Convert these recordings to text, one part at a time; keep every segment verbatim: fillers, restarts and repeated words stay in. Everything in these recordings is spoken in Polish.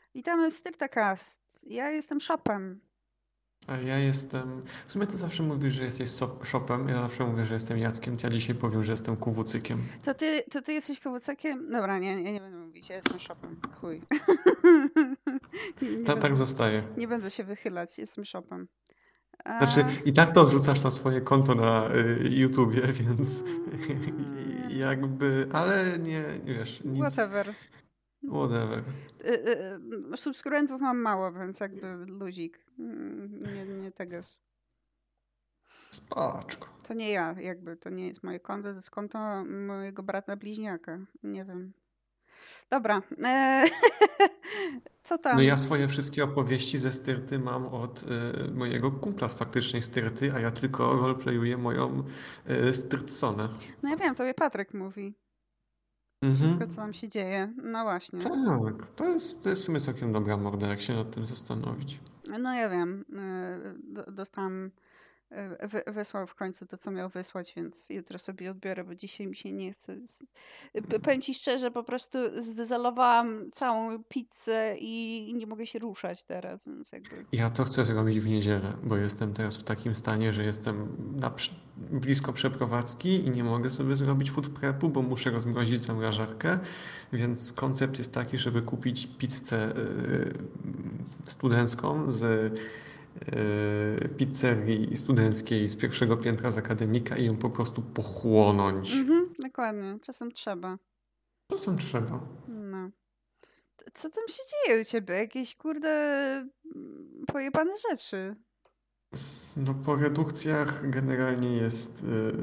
Witamy w Styrtacast. Ja jestem Shopem. A ja jestem. W sumie ty zawsze mówisz, że jesteś so- shopem. Ja zawsze mówię, że jestem Jackiem. Ja dzisiaj powiem, że jestem kuwucykiem. To ty, to ty jesteś kołucekiem? Dobra, nie, nie, nie będę mówić, ja jestem Shopem. Chuj. nie, nie, Ta, tak będę, zostaje. nie będę się wychylać, jestem Shopem. Znaczy, A... i tak to wrzucasz na swoje konto na y, YouTubie, więc jakby. Ale nie, nie wiesz, nic. Whatever. Whatever. Y, y, y, Subskrybentów mam mało, więc jakby luzik. Mm, Nie, nie tego jest. Spaczko. To nie ja, jakby, to nie jest moje konto, to jest konto mojego brata bliźniaka. Nie wiem. Dobra. E, Co No ja tam? swoje wszystkie opowieści ze Styrty mam od y, mojego kumpla z faktycznej Styrty, a ja tylko roleplayuję moją y, Styrtsonę. No ja wiem, tobie Patryk mówi. Wszystko, Mhm. co tam się dzieje. No właśnie. Tak, to jest, to jest w sumie całkiem dobra morda, jak się nad tym zastanowić. No ja wiem. e, do- Dostałam, e, wy, wysłał w końcu to, co miał wysłać, więc jutro sobie odbiorę, bo dzisiaj mi się nie chce. Z- p- Powiem ci szczerze, po prostu zdezolowałam całą pizzę i nie mogę się ruszać teraz, więc jakby... Ja to chcę zrobić w niedzielę, bo jestem teraz w takim stanie, że jestem na, przy- blisko przeprowadzki i nie mogę sobie zrobić food prepu, bo muszę rozmrozić zamrażarkę, więc koncept jest taki, żeby kupić pizzę yy, studencką z yy, pizzerii studenckiej z pierwszego piętra z akademika i ją po prostu pochłonąć. Mhm, dokładnie. Czasem trzeba. Czasem trzeba. No. C- Co tam się dzieje u ciebie? Jakieś kurde mm, pojebane rzeczy. No po redukcjach generalnie jest, yy,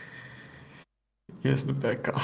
jest beka.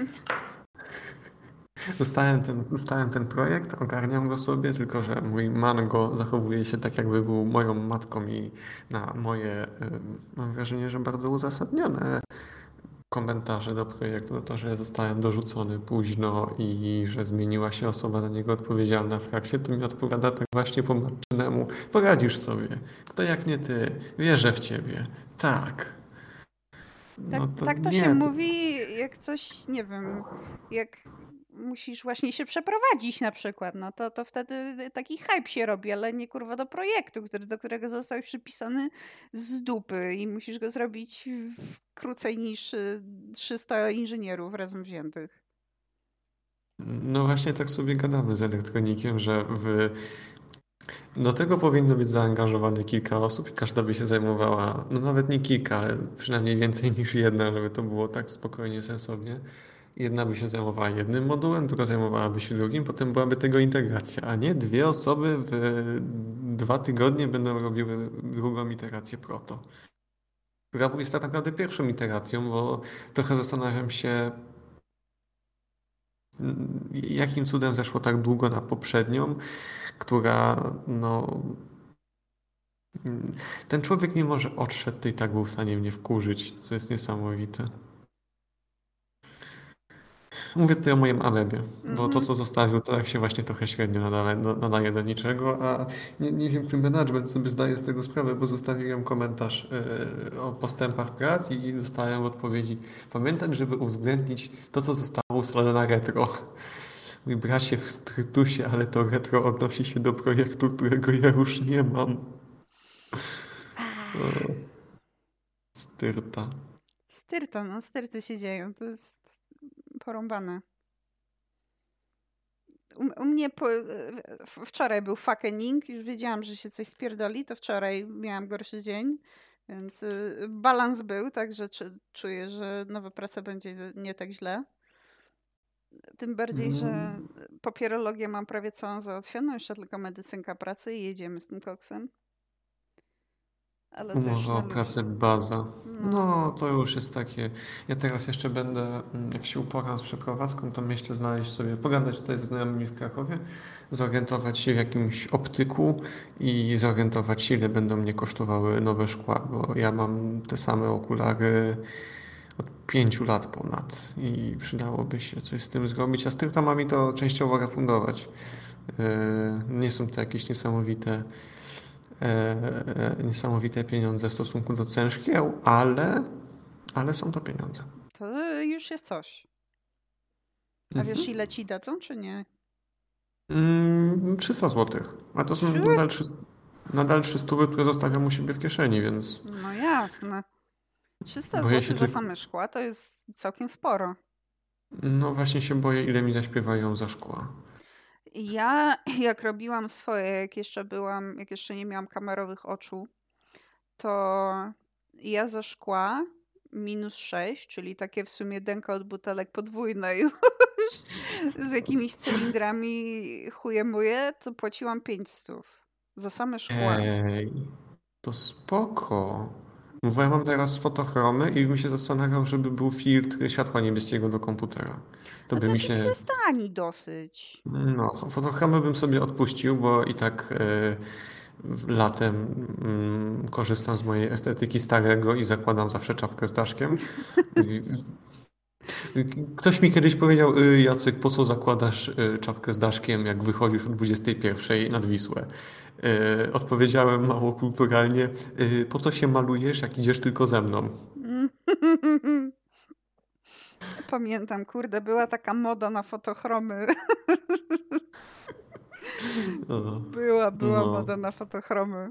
Dostałem ten, dostałem ten projekt, ogarniam go sobie, tylko że mój mango zachowuje się tak, jakby był moją matką i na moje, ym, mam wrażenie, że bardzo uzasadnione komentarze do projektu, to, że zostałem dorzucony późno i że zmieniła się osoba na niego odpowiedzialna w trakcie, to mi odpowiada tak właśnie po matczynemu. Poradzisz sobie. Kto jak nie ty? Wierzę w ciebie. Tak. Tak, No to tak to się nie. To... mówi, jak coś, nie wiem, jak musisz właśnie się przeprowadzić na przykład, no to, to wtedy taki hype się robi, ale nie kurwa do projektu, który, do którego zostałeś przypisany z dupy i musisz go zrobić w krócej niż y, trzysta inżynierów razem wziętych. No właśnie tak sobie gadamy z elektronikiem, że w do tego powinno być zaangażowane kilka osób i każda by się zajmowała, no nawet nie kilka, ale przynajmniej więcej niż jedna, żeby to było tak spokojnie, sensownie. Jedna by się zajmowała jednym modułem, druga zajmowałaby się drugim, potem byłaby tego integracja, a nie dwie osoby w dwa tygodnie będą robiły drugą iterację proto. Która jest tak naprawdę pierwszą iteracją, bo trochę zastanawiam się, mm, jakim cudem zeszło tak długo na poprzednią, która no ten człowiek, mimo że odszedł, to i tak był w stanie mnie wkurzyć, co jest niesamowite. Mówię tutaj o moim Amebie, bo to, Mhm. co zostawił, to tak się właśnie trochę średnio nadaje, do- nadaje do niczego, a nie, nie wiem, czy management sobie zdaje z tego sprawę, bo zostawiłem komentarz yy, o postępach prac i dostałem odpowiedzi. Pamiętać, żeby uwzględnić to, co zostało ustalone na retro. Mój bracie w strytusie, ale to retro odnosi się do projektu, którego ja już nie mam. Ah, O, styrta. Styrta, no styrty się dzieją, to jest porąbane. U, u mnie po, w- wczoraj był fucking, już wiedziałam, że się coś spierdoli, to wczoraj miałam gorszy dzień, więc y, balans był, także czu- czuję, że nowa praca będzie nie tak źle. Tym bardziej, że Mm. papierologię mam prawie całą załatwioną, jeszcze tylko medycynka pracy i jedziemy z tym koksem. Ale to już Umowa na o pracę luzie. baza. No. No, to już jest takie. Ja teraz jeszcze będę, mm, jak się uporam z przeprowadzką, to myślę znaleźć sobie, pogadać tutaj ze znajomymi w Krakowie, zorientować się w jakimś optyku i zorientować się, ile będą mnie kosztowały nowe szkła, bo ja mam te same okulary od pięciu lat ponad i przydałoby się coś z tym zrobić, a Styrta ma mi to częściowo refundować. Yy, Nie są to jakieś niesamowite e, niesamowite pieniądze w stosunku do cen szkieł, ale, ale są to pieniądze. To już jest coś. A wiesz, Mhm. ile ci dadzą, czy nie? Mm, trzysta złotych. A to są Trzy? nadal trzy, nadal trzy stówy, które zostawiam u siebie w kieszeni, więc No jasne. trzysta boję się złotych za tylko. same szkła to jest całkiem sporo. No właśnie się boję, ile mi zaśpiewają za szkła. Ja, jak robiłam swoje, jak jeszcze byłam, jak jeszcze nie miałam kamerowych oczu, to ja za szkła minus sześć, czyli takie w sumie denko od butelek podwójne już z jakimiś cylindrami chuje muje, to płaciłam pięć stów za same szkła. Ej, to spoko. Bo ja mam teraz fotochromy i bym się zastanawiał, żeby był filtr światła niebieskiego do komputera. To No by to mi filtr się. jest tani dosyć. No, fotochromy bym sobie odpuścił, bo i tak e, latem mm, korzystam z mojej estetyki starego i zakładam zawsze czapkę z daszkiem. Ktoś mi kiedyś powiedział: "Y, Jacek, po co zakładasz y, czapkę z daszkiem, jak wychodzisz o dwudziestej pierwszej nad Wisłę?" Y, Odpowiedziałem mało kulturalnie: "Y, Po co się malujesz, jak idziesz tylko ze mną?" Pamiętam, kurde, była taka moda na fotochromy. O, Była, była no. moda na fotochromy.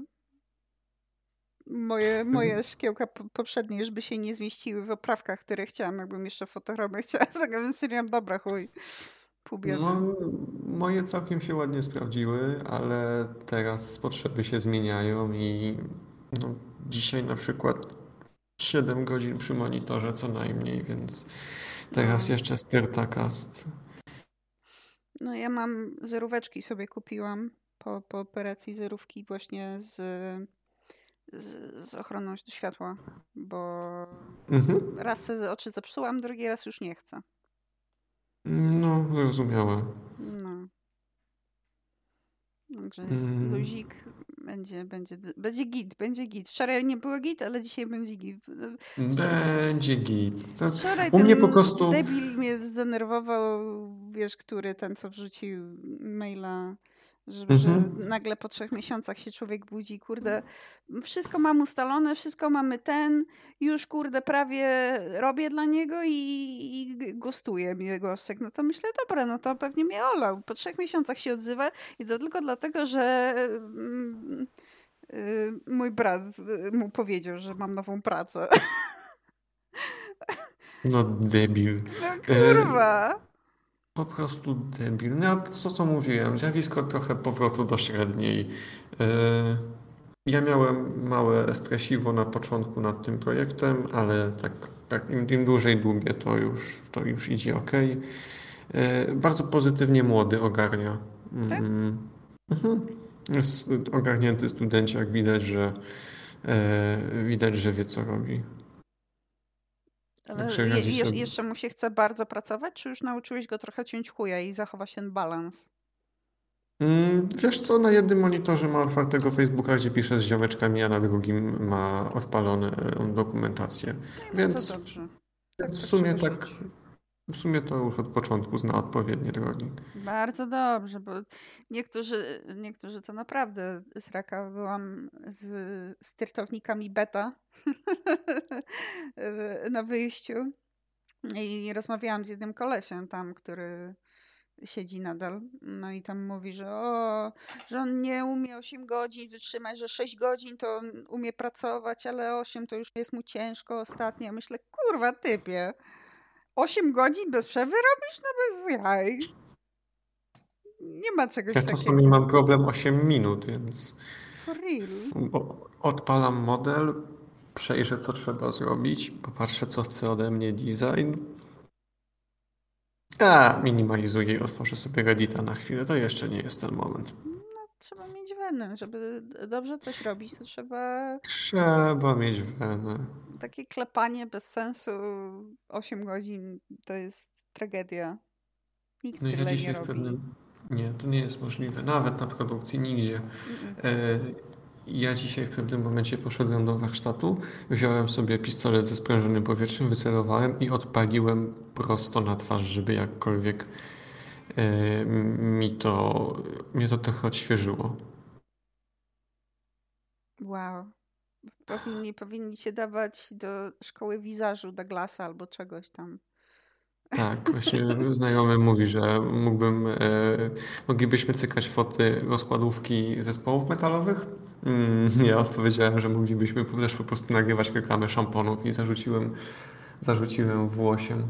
Moje, moje szkiełka po- poprzednie już by się nie zmieściły w oprawkach, które chciałam, jakbym jeszcze fotochromy chciała. Tak więc stwierdziłam, dobra, chuj, pół biedy. No, moje całkiem się ładnie sprawdziły, ale teraz potrzeby się zmieniają i no, dzisiaj na przykład siedem godzin przy monitorze co najmniej, więc teraz No. jeszcze Styrtacast. No ja mam zeróweczki sobie kupiłam po, po operacji zerówki właśnie z, z, z ochroną światła, bo Mhm. raz sobie oczy zepsułam, drugi raz już nie chcę. No, zrozumiałe. No. Także jest Mm, luzik, będzie, będzie, będzie git, będzie git. Wczoraj nie było git, ale dzisiaj będzie git. Będzie git. To Wczoraj u mnie ten po prostu. debil mnie zdenerwował, wiesz, który, ten co wrzucił maila, że, że Mhm. nagle po trzech miesiącach się człowiek budzi, kurde, wszystko mam ustalone, wszystko mamy ten, już kurde prawie robię dla niego i, i gostuje mnie głosek. No to myślę, dobra, no to pewnie mnie olał. Po trzech miesiącach się odzywa i to tylko dlatego, że mm, y, mój brat y, mu powiedział, że mam nową pracę. No, debil. No E, kurwa. po prostu debil. No, a to co mówiłem, zjawisko trochę powrotu do średniej. E, ja miałem małe stresiwo na początku nad tym projektem, ale tak, tak im, im dłużej dłubię, to już, to już idzie ok. E, bardzo pozytywnie młody ogarnia. Tak? Mm, mhm. Jest ogarnięty studenciak, widać, że e, widać, że wie co robi. Ale Także je, radzi je, sobie. jeszcze mu się chce bardzo pracować, czy już nauczyłeś go trochę ciąć chuja i zachować ten balans? Mm, Wiesz co, na jednym monitorze ma otwartego Facebooka, gdzie pisze z ziomeczkami, a na drugim ma odpalone e, dokumentację. No i bardzo Więc, dobrze. Tak więc w to sumie trzeba tak, żyć. w sumie to już od początku zna odpowiednie drogi. Bardzo dobrze, bo niektórzy, niektórzy to naprawdę z raka. Byłam z styrtownikami beta na wyjściu i rozmawiałam z jednym kolesiem tam, który siedzi nadal. No i tam mówi, że o, że on nie umie osiem godzin wytrzymać, że sześć godzin to on umie pracować, ale osiem to już jest mu ciężko ostatnio. Ja myślę, kurwa typie, osiem godzin bez przerwy robisz? No bez jaj. Nie ma czegoś Ja czasami takiego. mam problem osiem minut, więc For real. o- odpalam model, przejrzę co trzeba zrobić, popatrzę co chce ode mnie design. A, minimalizuję i otworzę sobie Reddita na chwilę. To jeszcze nie jest ten moment. No, trzeba mieć wenę. Żeby d- dobrze coś robić, to trzeba Trzeba mieć wenę. takie klepanie bez sensu osiem godzin to jest tragedia. Nikt No ja tyle nie dzisiaj w robi. pewnym. Nie, to nie jest możliwe. Nawet na produkcji, nigdzie. Mm-mm. E, ja dzisiaj w pewnym momencie poszedłem do warsztatu, wziąłem sobie pistolet ze sprężonym powietrzem, wycelowałem i odpaliłem prosto na twarz, żeby jakkolwiek e, mi to, mnie to trochę odświeżyło. Wow. Powinni, powinni cię dawać do szkoły wizażu Douglasa albo czegoś tam. Tak, właśnie znajomy mówi, że mógłbym, e, moglibyśmy cykać foty rozkładówki zespołów metalowych. Mm, ja odpowiedziałem, że moglibyśmy też po prostu nagrywać reklamę szamponów i zarzuciłem, zarzuciłem włosiem.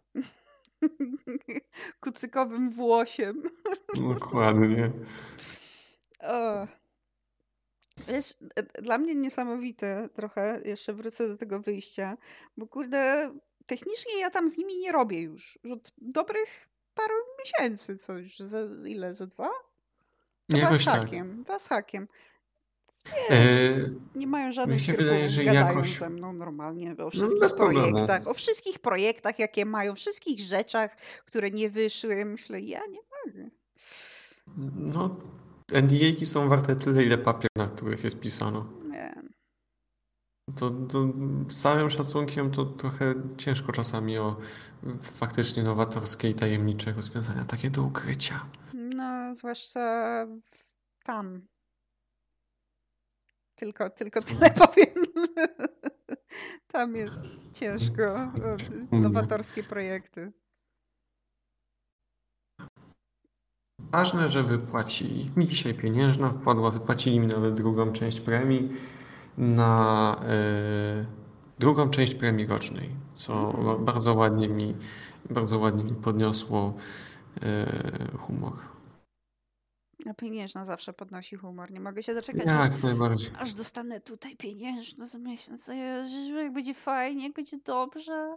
Kucykowym włosiem. Dokładnie. O. Wiesz, e, dla mnie niesamowite trochę, jeszcze wrócę do tego wyjścia, bo kurde, technicznie ja tam z nimi nie robię już. Już od dobrych paru miesięcy, co już, za ile, za dwa? Dwa z Jakoś tak. hakiem, dwa z hakiem. Wiesz, E, nie mają mi żadnych się wydaje, skrupułów, że gadają jakoś, ze mną normalnie o no wszystkich bez problemu. projektach, o wszystkich projektach, jakie mają, wszystkich rzeczach, które nie wyszły. Myślę, ja nie mogę. No, N D A-ki są warte tyle, ile papier, na których jest pisano. Nie. To, to z całym szacunkiem to trochę ciężko czasami o faktycznie nowatorskie i tajemnicze rozwiązania, takie do ukrycia. No, zwłaszcza tam. Tylko, tylko tyle powiem. Tam jest ciężko. O, U mnie. nowatorskie projekty. Ważne, że wypłacili. Mi dzisiaj pieniężna wpadła, wypłacili mi nawet drugą część premii na e, drugą część premii rocznej, co Mm. bardzo ładnie mi, bardzo ładnie mi podniosło e, humor. A pieniężna zawsze podnosi humor. Nie mogę się doczekać, aż, Jak najbardziej. aż dostanę tutaj pieniężną za miesiąc. A ja, że jak będzie fajnie, jak będzie dobrze.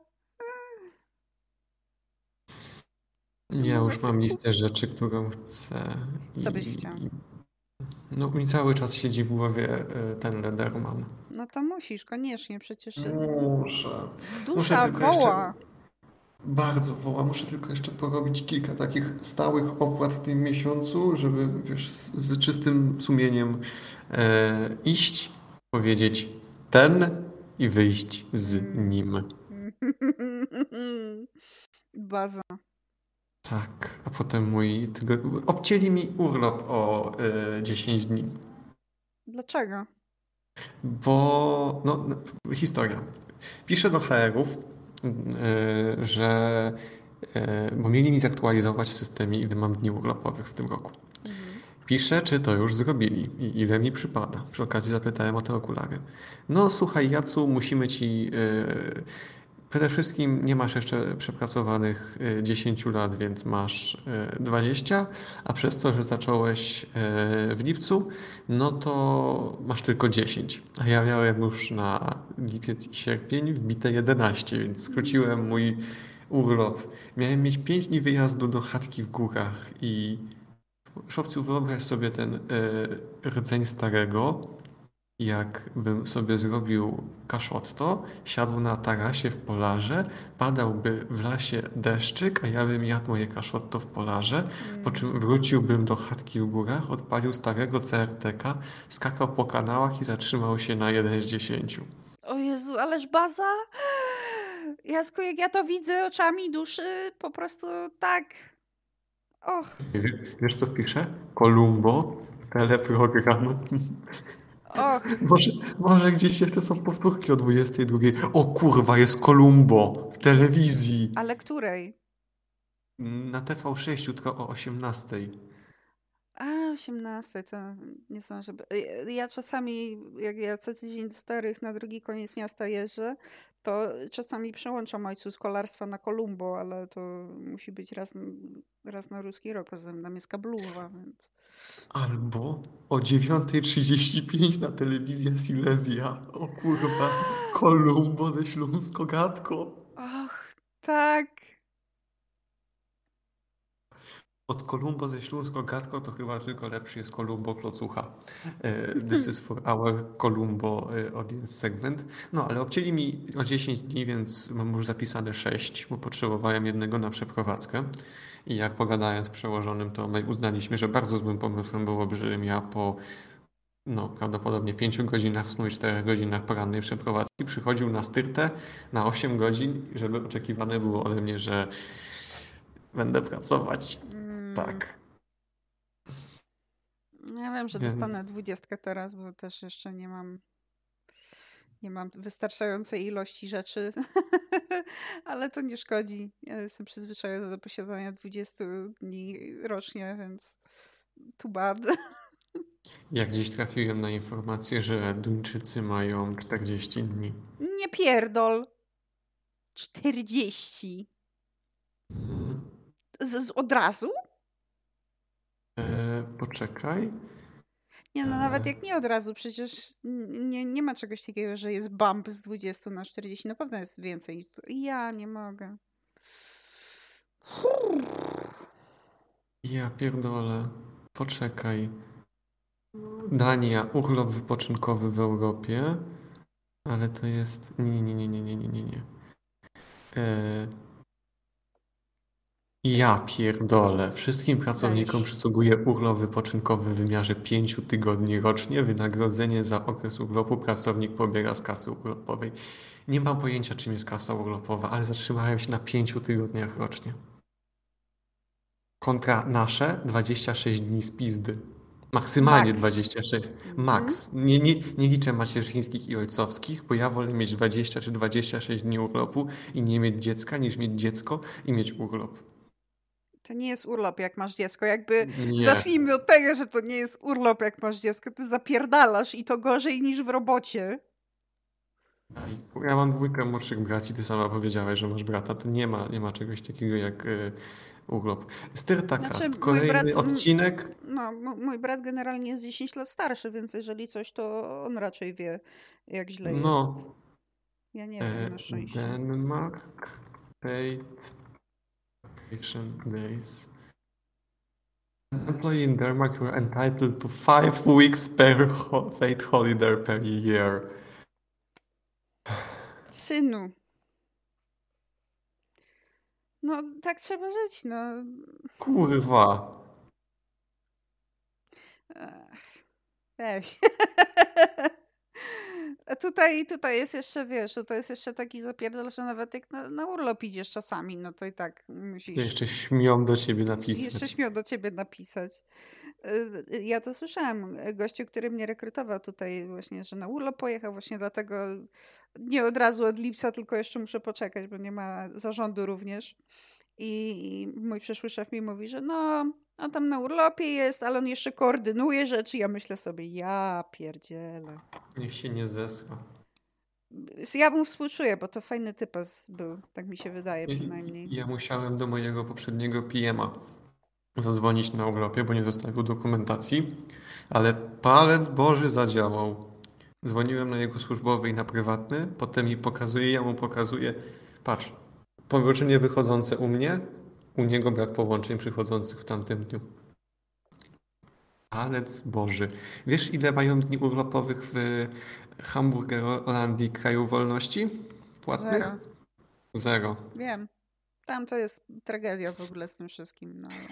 To Ja mogę już mam sobie listę kupić. rzeczy, którą chcę. I, Co byś chciał? i no mi cały czas siedzi w głowie e, ten Lederman. No to musisz, koniecznie. Przecież y, Muszę. Muszę dusza tylko jeszcze woła. bardzo woła, muszę tylko jeszcze porobić kilka takich stałych opłat w tym miesiącu, żeby wiesz, z, z czystym sumieniem e, iść, powiedzieć ten i wyjść z Mm. nim. Baza. Tak, a potem mój tygo- obcięli mi urlop o e, dziesięć dni. Dlaczego? Bo, no, no, historia. Piszę do H R-ów, e, że, e, bo mieli mi zaktualizować w systemie, ile mam dni urlopowych w tym roku. Mhm. Piszę, czy to już zrobili i ile mi przypada. Przy okazji zapytałem o te okulary. No słuchaj, Jacu, musimy ci... e, Przede wszystkim nie masz jeszcze przepracowanych e, dziesięć lat, więc masz e, dwadzieścia, a przez to, że zacząłeś e, w lipcu, no to masz tylko dziesięć. A ja miałem już na lipiec i sierpień wbite jedenaście, więc skróciłem mój urlop. Miałem mieć pięć dni wyjazdu do chatki w górach i Szopciu, wyobraź sobie ten e, rdzeń starego, jakbym sobie zrobił kaszotto, siadł na tarasie w Polarze, padałby w lasie deszczyk, a ja bym jadł moje kaszotto w Polarze, po czym wróciłbym do chatki w górach, odpalił starego C R T K, skakał po kanałach i zatrzymał się na jeden z dziesięciu. O Jezu, ależ baza? Jasku, jak ja to widzę oczami duszy, po prostu tak. Och, Wiesz co wpiszę? Columbo, teleprogram. och. Może, może gdzieś jeszcze są powtórki o dwudziestej drugiej. O kurwa, jest Columbo w telewizji. Ale której? Na T V sześć jutro o osiemnastej. A, osiemnaście, to nie są, żeby... Ja ja czasami, jak ja co tydzień do starych na drugi koniec miasta jeżdżę, to czasami przełączam ojcu z kolarstwa na Kolumbo, ale to musi być raz, n- raz na ruski rok, poza tym tam jest kabluwa, więc... Albo o dziewiąta trzydzieści pięć na telewizja Silesia. O kurwa, Columbo ze Śląsko-Gatko. Och, tak. Od Columbo ze Śląsko-Gatko to chyba tylko lepszy jest Columbo Klocucha. E, This is for our Columbo e, audience segment. No, ale obcięli mi o dziesięć dni, więc mam już zapisane sześć, bo potrzebowałem jednego na przeprowadzkę. I jak pogadałem z przełożonym, to my uznaliśmy, że bardzo złym pomysłem byłoby, żebym ja po no, prawdopodobnie pięciu godzinach snu i czterech godzinach porannej przeprowadzki przychodził na styrtę na osiem godzin, żeby oczekiwane było ode mnie, że będę pracować. Mm, Tak. ja wiem, że Więc dostanę dwudziestkę teraz, bo też jeszcze nie mam, nie mam wystarczającej ilości rzeczy Ale to nie szkodzi. Ja jestem przyzwyczajona do posiadania dwudziestu dni rocznie, więc too bad. Jak gdzieś trafiłem na informację, że Duńczycy mają czterdzieści dni. Nie pierdol. czterdzieści. Mhm. Z, z od razu? E, poczekaj. Nie, no nawet E, jak nie od razu, przecież n- nie, nie ma czegoś takiego, że jest bump z dwudziestu na czterdzieści. Na pewno jest więcej. niż tu- Ja nie mogę. ja pierdolę. Poczekaj. Dania, urlop wypoczynkowy w Europie, ale to jest... Nie, nie, nie, nie, nie, nie, nie, nie. E, ja pierdolę. Wszystkim pracownikom Dajesz. przysługuje urlop wypoczynkowy w wymiarze pięciu tygodni rocznie. Wynagrodzenie za okres urlopu pracownik pobiera z kasy urlopowej. Nie mam pojęcia, czym jest kasa urlopowa, ale zatrzymałem się na pięciu tygodniach rocznie. Kontra nasze dwadzieścia sześć dni z pizdy. Maksymalnie Max. dwadzieścia sześć. Mhm. Max. Nie, nie, nie liczę macierzyńskich i ojcowskich, bo ja wolę mieć dwadzieścia czy dwadzieścia sześć dni urlopu i nie mieć dziecka, niż mieć dziecko i mieć urlop. To nie jest urlop, jak masz dziecko. Jakby Nie. zacznijmy od tego, że to nie jest urlop, jak masz dziecko. Ty zapierdalasz i to gorzej niż w robocie. Ja mam dwójkę młodszych braci, ty sama powiedziałaś, że masz brata. To nie ma, nie ma czegoś takiego jak y, urlop. Styrtacast, Znaczy, mój kolejny brat, m, odcinek. no, m- mój brat generalnie jest dziesięć lat starszy, więc jeżeli coś, to on raczej wie, jak źle jest. No, Ja nie e, wiem, na szczęście. Denmark, paid vacation days. An employee in Denmark were entitled to five weeks per ho- paid holiday per year. Synu. No, tak trzeba żyć, no. Kurwa. Ech, weź. A tutaj, tutaj jest jeszcze, wiesz, to jest jeszcze taki zapierdol, że nawet jak na, na urlop idziesz czasami, no to i tak musisz, Jeszcze śmią do ciebie jeszcze napisać. śmiał do ciebie napisać. Y, y, Ja to słyszałam. Gościu, który mnie rekrutował tutaj właśnie, że na urlop pojechał właśnie dlatego nie od razu od lipca, tylko jeszcze muszę poczekać, bo nie ma zarządu również. I mój przyszły szef mi mówi, że no, on tam na urlopie jest, ale on jeszcze koordynuje rzeczy. Ja myślę sobie, ja pierdzielę. Niech się nie zesła. Ja mu współczuję, bo to fajny typas był, tak mi się wydaje Ja, przynajmniej. ja musiałem do mojego poprzedniego P M a zadzwonić na urlopie, bo nie zostawił dokumentacji, ale palec Boży zadziałał. Dzwoniłem na jego służbowy i na prywatny, potem mi pokazuje, ja mu pokazuję, patrz, połączenie wychodzące u mnie, u niego brak połączeń przychodzących w tamtym dniu. Palec Boży. Wiesz, ile mają dni urlopowych w Hamburgerlandii, kraju wolności płatnych? Zero. Zero. Wiem. Tam to jest tragedia w ogóle z tym wszystkim. No, ale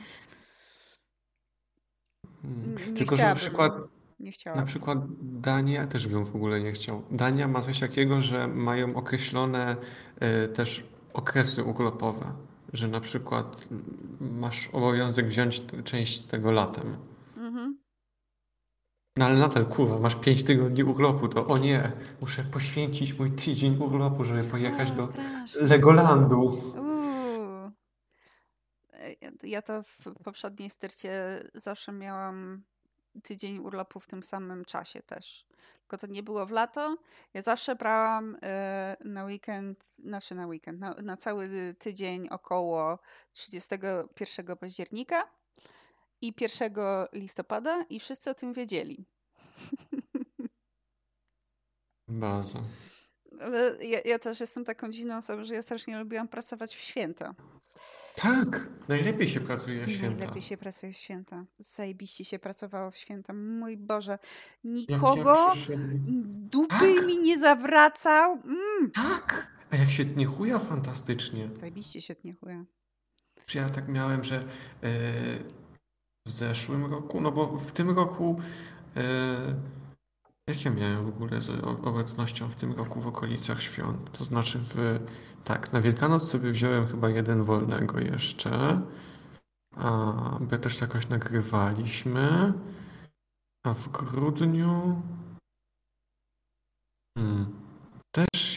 Hmm. n- nie Tylko, że na chciałabym. przykład Nie Na chciałabym. przykład Dania, też bym w ogóle nie chciał. Dania ma coś takiego, że mają określone y, też okresy urlopowe, że na przykład mm, masz obowiązek wziąć t- część tego latem. Mhm. No ale nadal, kurwa, masz pięć tygodni urlopu, to o nie, muszę poświęcić mój tydzień urlopu, żeby pojechać O, do strasznie. Legolandu. Uuu. E, ja- Ja to w poprzedniej styrcie zawsze miałam tydzień urlopu w tym samym czasie też. Tylko to nie było w lato. Ja zawsze brałam e, na weekend, znaczy na weekend, na, na cały tydzień około trzydziestego pierwszego października i pierwszego listopada i wszyscy o tym wiedzieli. Baza. Ale ja, ja też jestem taką dziwną osobą, że ja strasznie lubiłam pracować w święta. Tak, najlepiej się pracuje w święta. Najlepiej się pracuje w święta. Zajebiście się pracowało w święta. Mój Boże, Jak ja nikogo przyszedłem... dupy Tak, mi nie zawracał. Mm. tak. A jak się tnie chuja fantastycznie. Zajebiście się tnie chuja. Czy ja tak miałem, że e, w zeszłym roku, no bo w tym roku, e, jak ja miałem w ogóle z o- obecnością w tym roku w okolicach świąt? To znaczy w, tak, na Wielkanoc sobie wziąłem chyba jeden wolnego jeszcze, a bo też jakoś nagrywaliśmy, a w grudniu hmm, też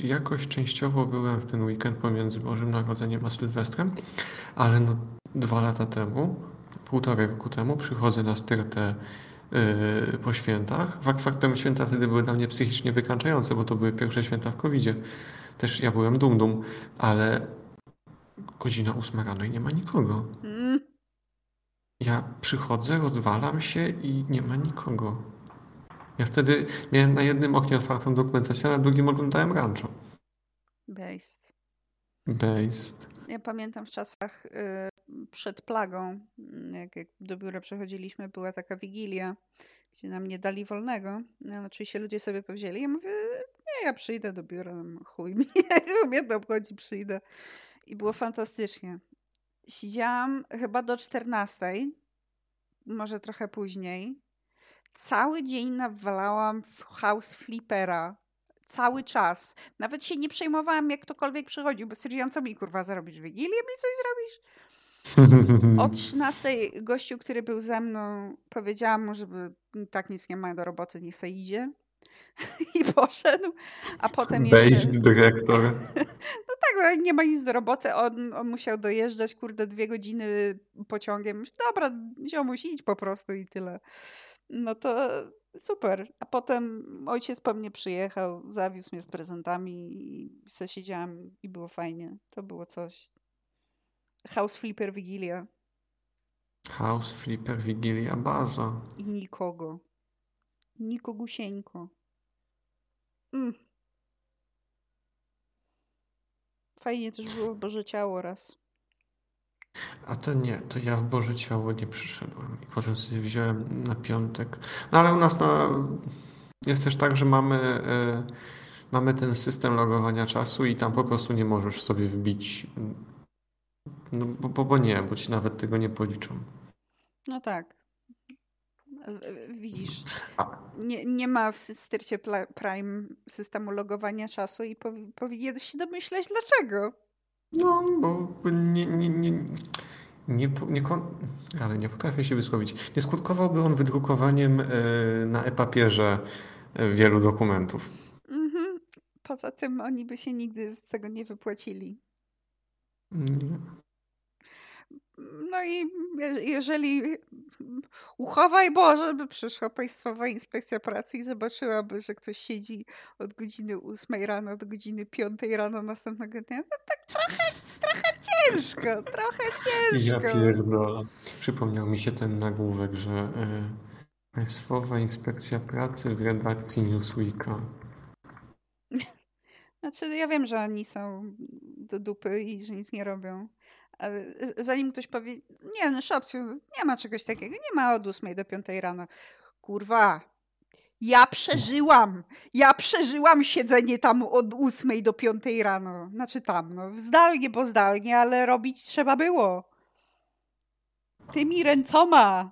jakoś częściowo byłem w ten weekend pomiędzy Bożym Narodzeniem a Sylwestrem, ale no dwa lata temu, półtora roku temu przychodzę na styrtę yy, po świętach. Fakt faktem święta wtedy były dla mnie psychicznie wykańczające, bo to były pierwsze święta w kowidzie. Też ja byłem dum-dum, ale godzina ósma rano i nie ma nikogo. Mm. Ja przychodzę, rozwalam się i nie ma nikogo. Ja wtedy miałem na jednym oknie otwartą dokumentację, a na drugim oglądałem Rancho. Based. Based. Ja pamiętam w czasach y, przed plagą, jak, jak do biura przechodziliśmy, była taka wigilia, gdzie nam nie dali wolnego. No, oczywiście ludzie sobie powzięli. Ja mówię, nie, ja przyjdę do biura, chuj mi, mnie to obchodzi, przyjdę. I było fantastycznie. Siedziałam chyba do czternastej, może trochę później. Cały dzień nawalałam w House Flippera. Cały czas. Nawet się nie przejmowałam, jak ktokolwiek przychodził, bo stwierdziłam, co mi kurwa zrobisz? Wigilię mi coś zrobisz? O trzynastej gościu, który był ze mną, powiedziałam mu, żeby tak nic nie ma do roboty, niech se idzie. I poszedł. A potem jeszcze... Based dyrektor. No tak, bo nie ma nic do roboty. On, on musiał dojeżdżać, kurde, dwie godziny pociągiem. Myślę, dobra, ziomuś, idź po prostu i tyle. No to super. A potem ojciec po mnie przyjechał, zawiózł mnie z prezentami i se siedziałam i było fajnie. To było coś. House Flipper Wigilia. House Flipper Wigilia Baza. I nikogo. Nikogusieńko. Mm. Fajnie też było w Boże Ciało raz. A to nie, to ja w Boże Ciało nie przyszedłem i potem sobie wziąłem na piątek. No ale u nas na... jest też tak, że mamy, y, mamy ten system logowania czasu i tam po prostu nie możesz sobie wbić, no bo, bo, bo nie, bo ci nawet tego nie policzą. No tak. Widzisz, A, nie, nie ma w Styrcie Prime systemu logowania czasu i powi- powinien się domyśleć dlaczego. no, bo nie, nie, nie, nie, po- nie, kon- ale nie potrafię się wysłowić. Nie skutkowałby on wydrukowaniem y, na e-papierze y, wielu dokumentów. Mhm. Poza tym oni by się nigdy z tego nie wypłacili. Nie. No i je- jeżeli uchowaj Boże, by przyszła Państwowa Inspekcja Pracy i zobaczyłaby, że ktoś siedzi od godziny ósmej rano do godziny piątej rano następnego dnia, no tak trochę, trochę ciężko, trochę Ja ciężko. pierdolę. Przypomniał mi się ten nagłówek, że y, Państwowa Inspekcja Pracy w redakcji Newsweeka. Znaczy, ja wiem, że oni są do dupy i że nic nie robią. Ale z- zanim ktoś powie, nie no szopciu, nie ma czegoś takiego, nie ma od ósmej do piątej rano. Kurwa, ja przeżyłam, ja przeżyłam siedzenie tam od ósmej do piątej rano. Znaczy tam, no zdalnie, bo zdalnie, ale robić trzeba było. Tymi ręcoma.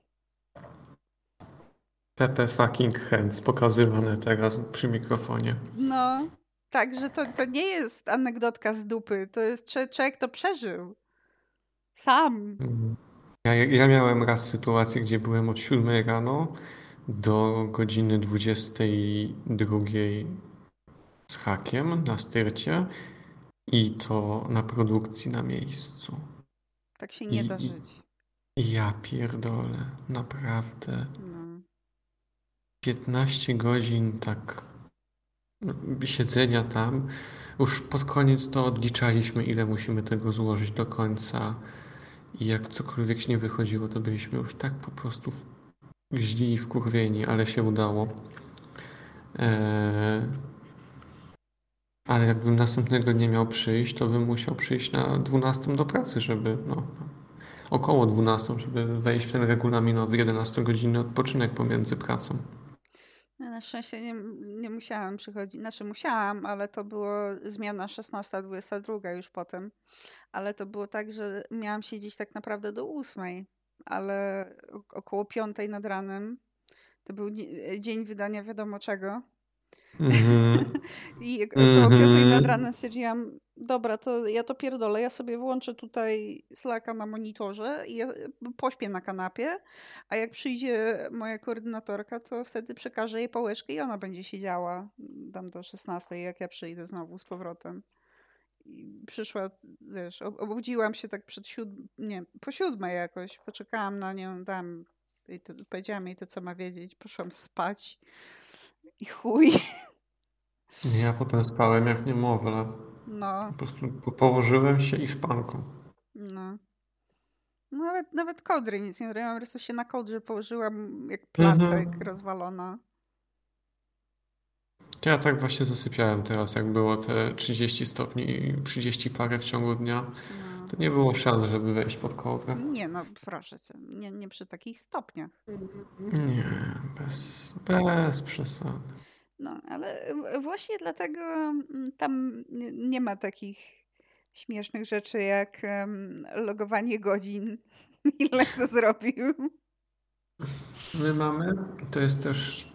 Pepe fucking hands pokazywane teraz przy mikrofonie. No, także to, to nie jest anegdotka z dupy, to jest cze- człowiek, kto przeżył. Sam. Ja, ja miałem raz sytuację, gdzie byłem od siódmej rano do godziny dwudziestej drugiej z hakiem na styrcie i to na produkcji na miejscu. Tak się nie I, da i, żyć. i ja pierdolę, naprawdę. No. piętnaście godzin tak no, siedzenia tam. Już pod koniec to odliczaliśmy, ile musimy tego złożyć do końca. I jak cokolwiek się nie wychodziło, to byliśmy już tak po prostu w- źli i wkurwieni, ale się udało. Eee, ale jakbym następnego dnia miał przyjść, to bym musiał przyjść na dwunastą do pracy, żeby, no, około dwunastą, żeby wejść w ten regulaminowy jedenastogodzinny odpoczynek pomiędzy pracą. Ja na szczęście nie, nie musiałam przychodzić. Znaczy musiałam, ale to było zmiana szesnasta dwudziesta druga już potem. Ale to było tak, że miałam siedzieć tak naprawdę do ósmej, ale o- około piątej nad ranem. To był dzie- dzień wydania wiadomo czego. Mhm. I około piątej nad Mhm. ranem stwierdziłam, Dobra, to ja to pierdolę. Ja sobie włączę tutaj Slacka na monitorze i ja pośpię na kanapie, a jak przyjdzie moja koordynatorka, to wtedy przekażę jej pałeczkę i ona będzie siedziała tam do szesnastej, jak ja przyjdę znowu z powrotem. I przyszła, wiesz, ob- obudziłam się tak przed siódmą, nie, po siódmej jakoś, poczekałam na nią, dam, i to, powiedziałam jej to, co ma wiedzieć, poszłam spać i chuj. Ja potem spałem jak niemowlę. No, Po prostu po- położyłem się i szpanką. no. No, Nawet, nawet kołdry nic nie robiłam, po prostu się na kołdrze położyłam jak placek Mhm. rozwalona. Ja tak właśnie zasypiałem teraz, jak było te trzydzieści stopni i trzydzieści parę w ciągu dnia. No. To nie było szans, żeby wejść pod kołdrę. Nie no, proszę cię, nie, nie przy takich stopniach. Nie, bez, bez przesady. No, ale w- właśnie dlatego mm, tam nie nie ma takich śmiesznych rzeczy jak em, logowanie godzin. Ile kto zrobił. My mamy, to jest też,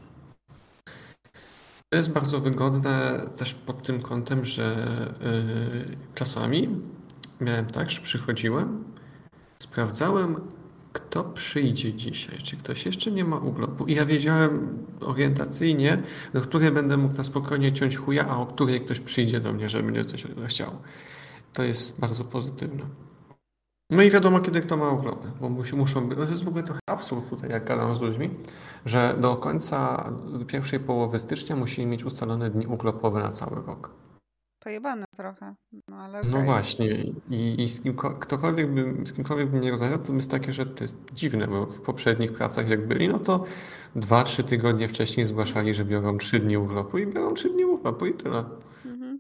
to jest bardzo wygodne też pod tym kątem, że yy, czasami miałem tak, że przychodziłem, sprawdzałem, kto przyjdzie dzisiaj, czy ktoś jeszcze nie ma urlopu. I ja wiedziałem orientacyjnie, do której będę mógł na spokojnie ciąć chuja, a o której ktoś przyjdzie do mnie, żeby mnie coś chciał. To jest bardzo pozytywne. No i wiadomo, kiedy kto ma urlopy, bo musi, muszą być. To jest w ogóle trochę absurd tutaj, jak gadam z ludźmi, że do końca pierwszej połowy stycznia musimy mieć ustalone dni urlopowe na cały rok. Pojebane trochę, no ale No okej. właśnie, i, i z kimko, ktokolwiek by, z kimkolwiek bym nie rozmawiał, to jest takie, że to jest dziwne, bo w poprzednich pracach jak byli, no to dwa, trzy tygodnie wcześniej zgłaszali, że biorą trzy dni urlopu i biorą trzy dni urlopu i tyle. Mhm.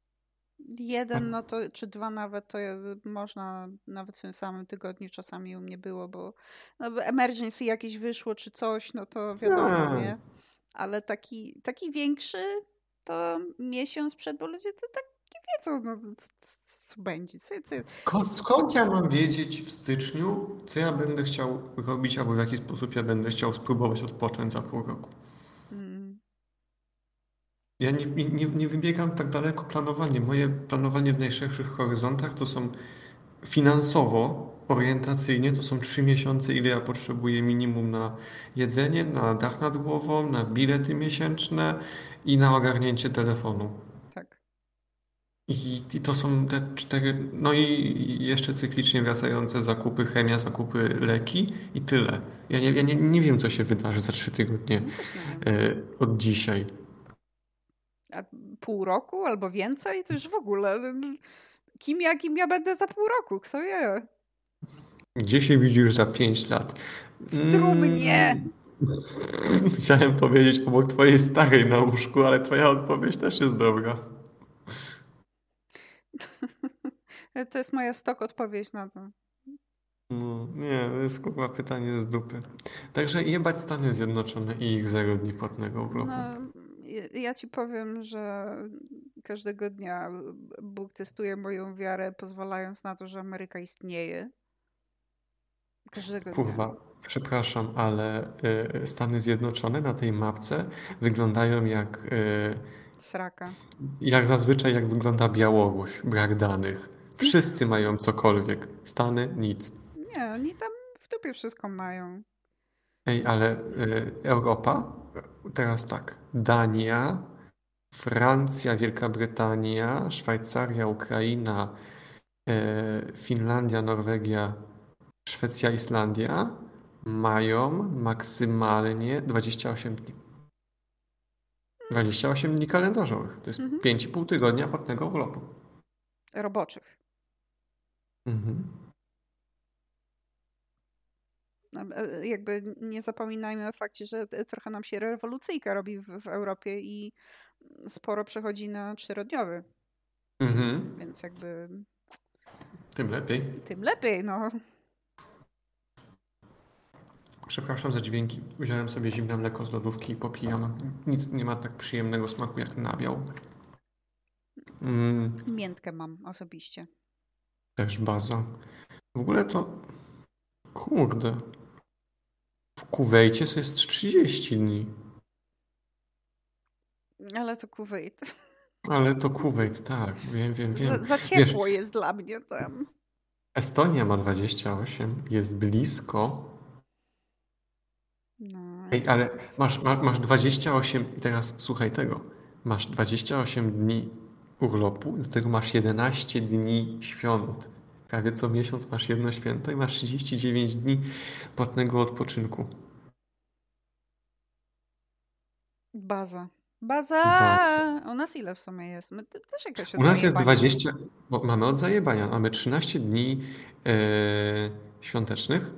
A, Jeden, no to, czy dwa nawet, to je- można nawet w tym samym tygodniu czasami u mnie było, bo no, bo emergency jakieś wyszło, czy coś, no to wiadomo, nie. nie? Ale taki, taki większy to miesiąc przed, bo ludzie to tak nie wiedzą, no co, co będzie. Co, co, Ko- Skąd ja mam wiedzieć w styczniu, co ja będę chciał robić, albo w jaki sposób ja będę chciał spróbować odpocząć za pół roku? mm, Ja nie, nie, nie wybiegam tak daleko planowanie. Moje planowanie w najszerszych horyzontach to są finansowo, orientacyjnie, to są trzy miesiące, ile ja potrzebuję minimum na jedzenie, na dach nad głową, na bilety miesięczne i na ogarnięcie telefonu. tak. I, I to są te cztery, no i jeszcze cyklicznie wracające zakupy, chemia, zakupy, leki i tyle. Ja nie, ja nie, nie wiem, co się wydarzy za trzy tygodnie No też nie wiem. e, od dzisiaj. A pół roku albo więcej, to już w ogóle. Kim ja, kim ja będę za pół roku? Kto wie? Gdzie się widzisz za pięć lat? W trumnie! Mm, chciałem powiedzieć obok twojej starej na łóżku, ale twoja odpowiedź też jest dobra. To jest moja stok odpowiedź na to. No, nie, to jest kurwa pytanie z dupy. Także jebać Stany Zjednoczone i ich zero dni płatnego urlopu. No, ja ja ci powiem, że każdego dnia Bóg testuje moją wiarę, pozwalając na to, że Ameryka istnieje. Każdego dnia. Kurwa, przepraszam, ale y, Stany Zjednoczone na tej mapce wyglądają jak, y, Sraka. jak zazwyczaj jak wygląda Białoruś, brak danych. Wszyscy mają cokolwiek. Stany nic. Nie, oni tam w dupie wszystko mają. Ej, ale y, Europa? Teraz tak. Dania, Francja, Wielka Brytania, Szwajcaria, Ukraina, y, Finlandia, Norwegia, Szwecja, Islandia mają maksymalnie dwadzieścia osiem dni. dwadzieścia osiem dni kalendarzowych. To jest Mhm. pięć i pół tygodnia płatnego urlopu. Roboczych. Mhm. No, e, Jakby nie zapominajmy o fakcie, że e, trochę nam się rewolucyjka robi w, w Europie i sporo przechodzi na czterodniowy. Mhm. Więc jakby Tym lepiej. tym lepiej, no. Przepraszam za dźwięki. Wziąłem sobie zimne mleko z lodówki i popijam. Nic nie ma tak przyjemnego smaku jak nabiał. Mm, Miętkę mam osobiście. też baza. W ogóle to... Kurde. W Kuwejcie to jest trzydzieści dni. Ale to Kuwait. Ale to Kuwait, tak, wiem, wiem, Za, wiem. za Wiesz, ciepło jest dla mnie tam. Estonia ma dwadzieścia osiem, jest blisko. No, Ej, jest... ale masz, ma- masz dwadzieścia osiem i teraz słuchaj tego. Masz dwadzieścia osiem dni urlopu, do tego masz jedenaście dni świąt. Prawie co miesiąc masz jedno święto i masz trzydzieści dziewięć dni płatnego odpoczynku. Baza. Baza! Bardzo. U nas ile w sumie jest? My te- też jakoś U od nas jest zajebania. dwadzieścia, bo mamy od zajebania, mamy trzynaście dni e, świątecznych,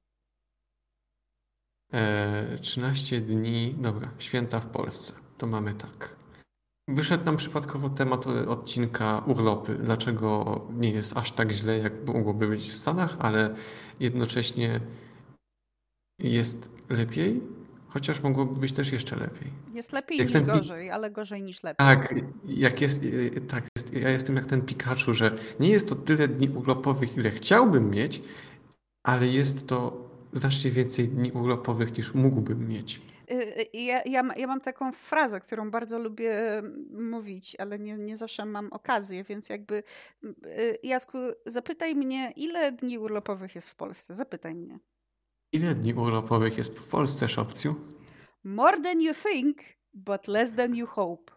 e, trzynaście dni, dobra, święta w Polsce. To mamy tak. Wyszedł nam przypadkowo temat e, odcinka urlopy. Dlaczego nie jest aż tak źle, jak mogłoby być w Stanach, ale jednocześnie jest lepiej, chociaż mogłoby być też jeszcze lepiej. Jest lepiej Jak niż ten pi- gorzej, ale gorzej niż lepiej. tak, jak jest, e, tak, jest, ja jestem jak ten Pikachu, że nie jest to tyle dni urlopowych, ile chciałbym mieć, ale jest to znacznie więcej dni urlopowych, niż mógłbym mieć. Y, y, Ja, ja, ma- ja mam taką frazę, którą bardzo lubię mm, mówić, ale nie, nie zawsze mam okazję, więc jakby y, Jacku, zapytaj mnie, ile dni urlopowych jest w Polsce? Zapytaj mnie. Ile dni urlopowych jest w Polsce, Szopciu? More than you think, but less than you hope.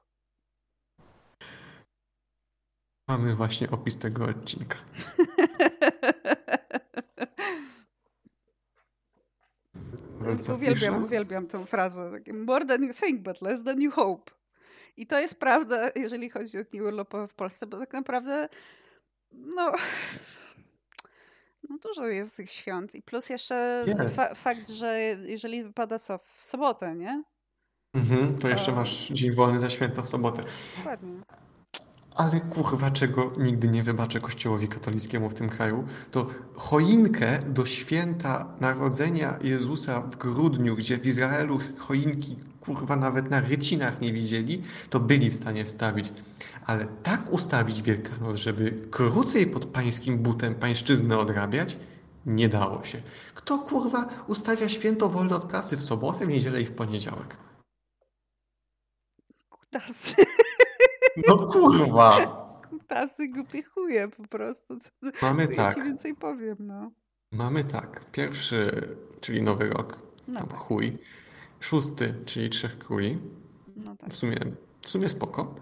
Mamy właśnie opis tego odcinka. Nawet Uwielbiam, zapiszę. uwielbiam tę frazę. Takie, more than you think, but less than you hope. I to jest prawda, jeżeli chodzi o dni urlopowe w Polsce, bo tak naprawdę no, no dużo jest tych świąt. I plus jeszcze Jest. fa- fakt, że jeżeli wypada co, w sobotę, nie? Mhm, to jeszcze To masz dzień wolny za święto w sobotę. dokładnie. Ale kurwa, czego nigdy nie wybaczę Kościołowi katolickiemu w tym kraju, to choinkę do święta Narodzenia Jezusa w grudniu, gdzie w Izraelu choinki kurwa nawet na rycinach nie widzieli, to byli w stanie wstawić. Ale tak ustawić Wielkanoc, żeby krócej pod pańskim butem pańszczyznę odrabiać, nie dało się. Kto kurwa ustawia święto wolne od pracy w sobotę, w niedzielę i w poniedziałek? Kutasy, No kurwa! kutasy głupie chuje po prostu. Co, Mamy co ja ci tak. więcej powiem, no. Mamy tak, pierwszy, czyli Nowy Rok, No tam tak, chuj. Szósty, czyli Trzech Króli, no tak. w sumie, w sumie spoko.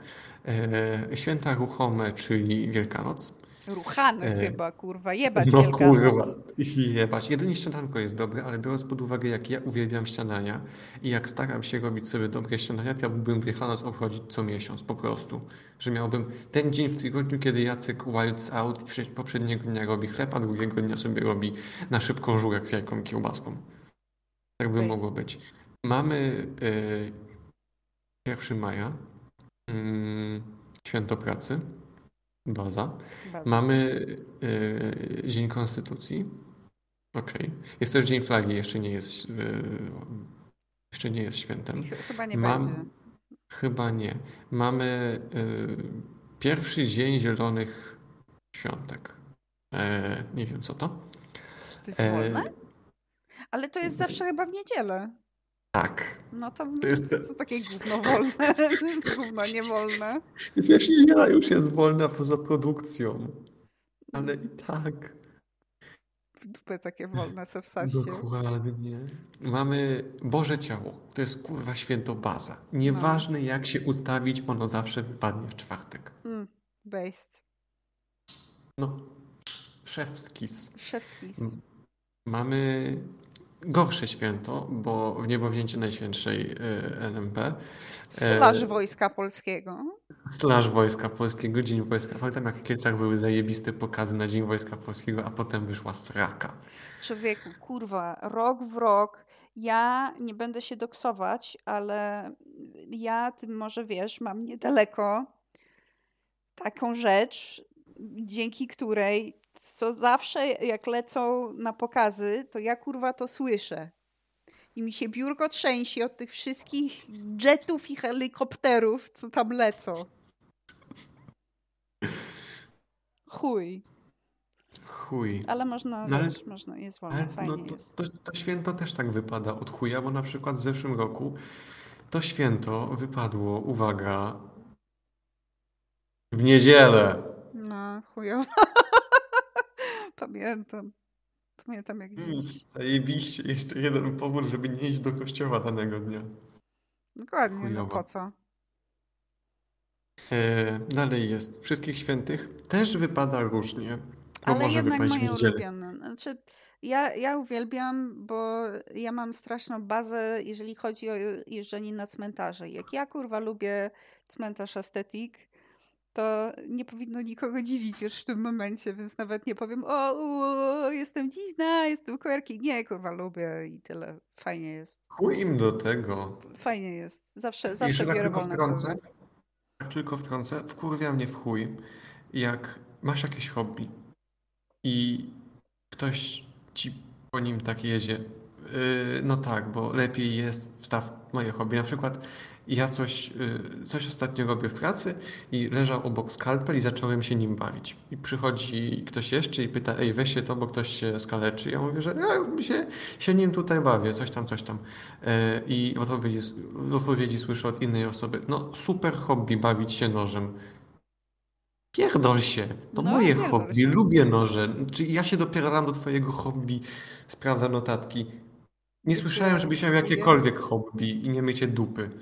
E, święta ruchome, czyli Wielkanoc. Ruchane E, chyba, kurwa, jebać no kurwa, Wielkanoc. jebać. Jedynie śniadanko jest dobre, ale biorąc pod uwagę, jak ja uwielbiam śniadania i jak staram się robić sobie dobre śniadania, to ja mógłbym Wielkanoc obchodzić co miesiąc po prostu. Że miałbym ten dzień w tygodniu, kiedy Jacek wilds out i wsze- poprzedniego dnia robi chleb, a drugiego dnia sobie robi na szybko żurek z jajką i kiełbaską. Tak by mogło Based. być. Mamy y, pierwszego maja, mm, święto pracy, baza. Baza. Mamy y, Dzień Konstytucji. Okej. Jest też Dzień Flagi, jeszcze nie jest, y, jeszcze nie jest świętem. Ch- Chyba nie Mam, będzie. chyba nie. Mamy y, pierwszy Dzień Zielonych Świątek. E, nie wiem co to. To jest E, wolne? Ale to jest zawsze chyba w niedzielę. tak. No to, To jest, co, co takie gówno wolne? To jest gówno niewolne. Przecież niedziela już jest wolna poza produkcją. Ale i tak. W dupę takie wolne se wsadźcie. Dokładnie. Mamy Boże Ciało. To jest kurwa święto baza. No. Nieważne jak się ustawić, ono zawsze wypadnie w czwartek. Mm, based. No. Szewskis. Szewskis. M- Mamy gorsze święto, bo w niebowzięcie Najświętszej y, N M P. Slash E, Wojska Polskiego. Slash Wojska Polskiego, Dzień Wojska. Pamiętam jak w Kielcach były zajebiste pokazy na Dzień Wojska Polskiego, a potem wyszła sraka. Człowieku, kurwa, rok w rok. Ja nie będę się doksować, ale ja, ty może wiesz, mam niedaleko taką rzecz, dzięki której co zawsze jak lecą na pokazy, to ja kurwa to słyszę. I mi się biurko trzęsie od tych wszystkich jetów i helikopterów, co tam lecą. Chuj. Chuj. Ale można, No ale- wiesz, można, jest wolno, Ale fajnie no to, jest. to, to święto też tak wypada od chuja, bo na przykład w zeszłym roku to święto wypadło, uwaga, W niedzielę. No, chujowo. Pamiętam. Pamiętam jak Mm, dziś. zajebiście. Jeszcze jeden powód, żeby nie iść do kościoła danego dnia. Dokładnie, no po Chujowo. co? E, dalej jest. Wszystkich świętych też wypada różnie, bo Ale może jednak wypaść w moje niedzielę. ulubione. Znaczy, ja, ja uwielbiam, bo ja mam straszną bazę, jeżeli chodzi o jeżdżenie na cmentarze. Jak ja kurwa lubię cmentarz estetyk, to nie powinno nikogo dziwić już w tym momencie, więc nawet nie powiem, o, u, jestem dziwna, jestem quirky. Nie, kurwa, lubię i tyle. Fajnie jest. Chuj im do tego. Fajnie jest. Zawsze, zawsze Jeszcze tak biorę tylko wolne słowo. wtrącę, tak tylko wtrącę, wkurwia mnie w chuj, jak masz jakieś hobby i ktoś ci po nim tak jedzie. Yy, no tak, bo lepiej jest wstaw moje hobby. Na przykład ja coś, yy, coś ostatnio robię w pracy i leżał obok skalpel i zacząłem się nim bawić. I przychodzi ktoś jeszcze i pyta, ej, weź się to, bo ktoś się skaleczy. Ja mówię, że ja się, się nim tutaj bawię, coś tam, coś tam. Yy, I w odpowiedzi, w odpowiedzi słyszę od innej osoby, no super hobby bawić się nożem. Pierdol się, to No, moje pierdol hobby, się. lubię noże. Czy ja się dopieram do twojego hobby, sprawdzam notatki. Nie słyszałem, Bycie żebyś miał chujem. jakiekolwiek hobby i nie mycie dupy.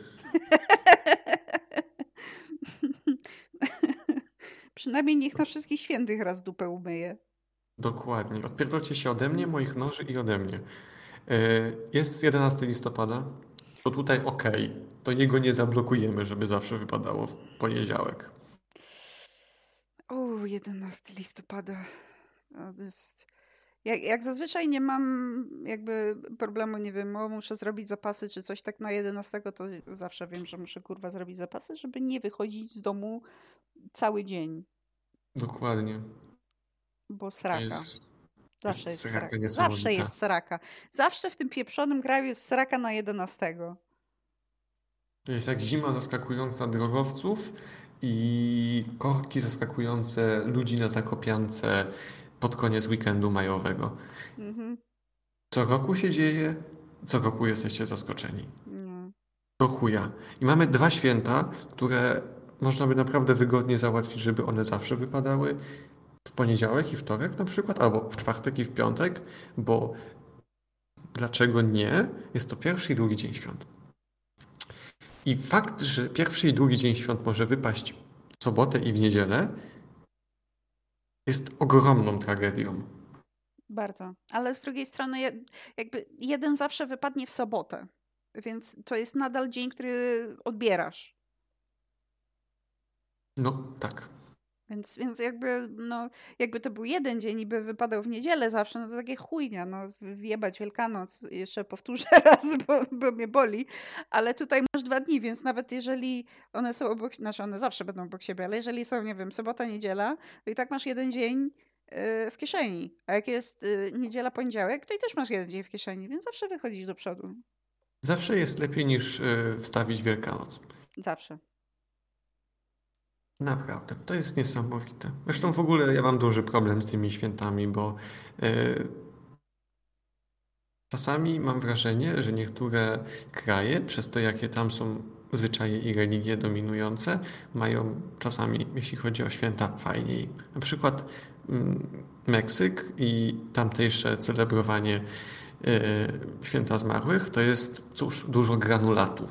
Przynajmniej niech na wszystkich świętych raz dupę umyje. Dokładnie. Odpierdolcie się ode mnie, moich noży i ode mnie. E, Jest jedenastego listopada, to tutaj okej, to jego nie zablokujemy, żeby zawsze wypadało w poniedziałek. O, jedenastego listopada. No, to jest... Jak, jak zazwyczaj nie mam jakby problemu, nie wiem, o, muszę zrobić zapasy czy coś tak na jedenastego, to zawsze wiem, że muszę kurwa zrobić zapasy, żeby nie wychodzić z domu cały dzień, Dokładnie. bo To sraka. jest, Zawsze jest jest sraka sraka. Zawsze niesamowita. jest sraka. Zawsze w tym pieprzonym kraju jest sraka na jedenastego. To jest jak zima zaskakująca drogowców i korki zaskakujące ludzi na Zakopiance pod koniec weekendu majowego. Mhm. Co roku się dzieje, co roku jesteście zaskoczeni. No. Do chuja. I mamy dwa święta, które można by naprawdę wygodnie załatwić, żeby one zawsze wypadały w poniedziałek i wtorek na przykład, albo w czwartek i w piątek, bo dlaczego nie? Jest to pierwszy i drugi dzień świąt. I fakt, że pierwszy i drugi dzień świąt może wypaść w sobotę i w niedzielę, jest ogromną tragedią. Bardzo. Ale z drugiej strony je- jakby jeden zawsze wypadnie w sobotę. Więc to jest nadal dzień, który odbierasz. No tak. Więc, więc jakby, no, jakby to był jeden dzień i by wypadał w niedzielę zawsze, no to takie chujnia, no, wjebać Wielkanoc, jeszcze powtórzę raz, bo, bo mnie boli, ale tutaj masz dwa dni, więc nawet jeżeli one są obok, znaczy one zawsze będą obok siebie, ale jeżeli są, nie wiem, sobota, niedziela, to i tak masz jeden dzień y, w kieszeni, a jak jest y, niedziela, poniedziałek, to i też masz jeden dzień w kieszeni, więc zawsze wychodzisz do przodu. Zawsze jest lepiej niż y, wstawić Wielkanoc. Zawsze. Naprawdę, to jest niesamowite. Zresztą w ogóle ja mam duży problem z tymi świętami, bo y, czasami mam wrażenie, że niektóre kraje, przez to jakie tam są zwyczaje i religie dominujące, mają czasami, jeśli chodzi o święta, fajniej. Na przykład mm, Meksyk i tamtejsze celebrowanie y, święta zmarłych to jest, cóż, dużo granulatu.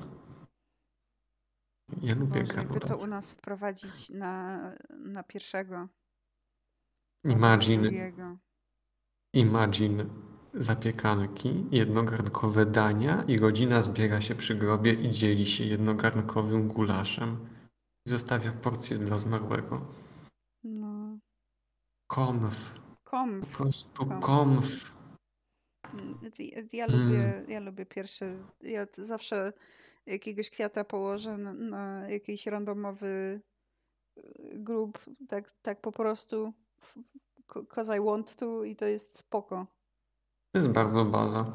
Ja lubię Boże, jakby to granulat. u nas wprowadzić na, na pierwszego, albo na Imagine, drugiego. imagine zapiekanki, jednogarnkowe dania i rodzina zbiera się przy grobie i dzieli się jednogarnkowym gulaszem. I zostawia porcję dla zmarłego. No. Komf. Po Komf. prostu Komf. komf. Mm, y- Ja Mm. lubię, ja lubię pierwszy. Ja t- zawsze jakiegoś kwiata położę na, na jakiś randomowy y, grób, tak, tak po prostu. f- c- Cause I want to i to jest spoko. To jest bardzo baza.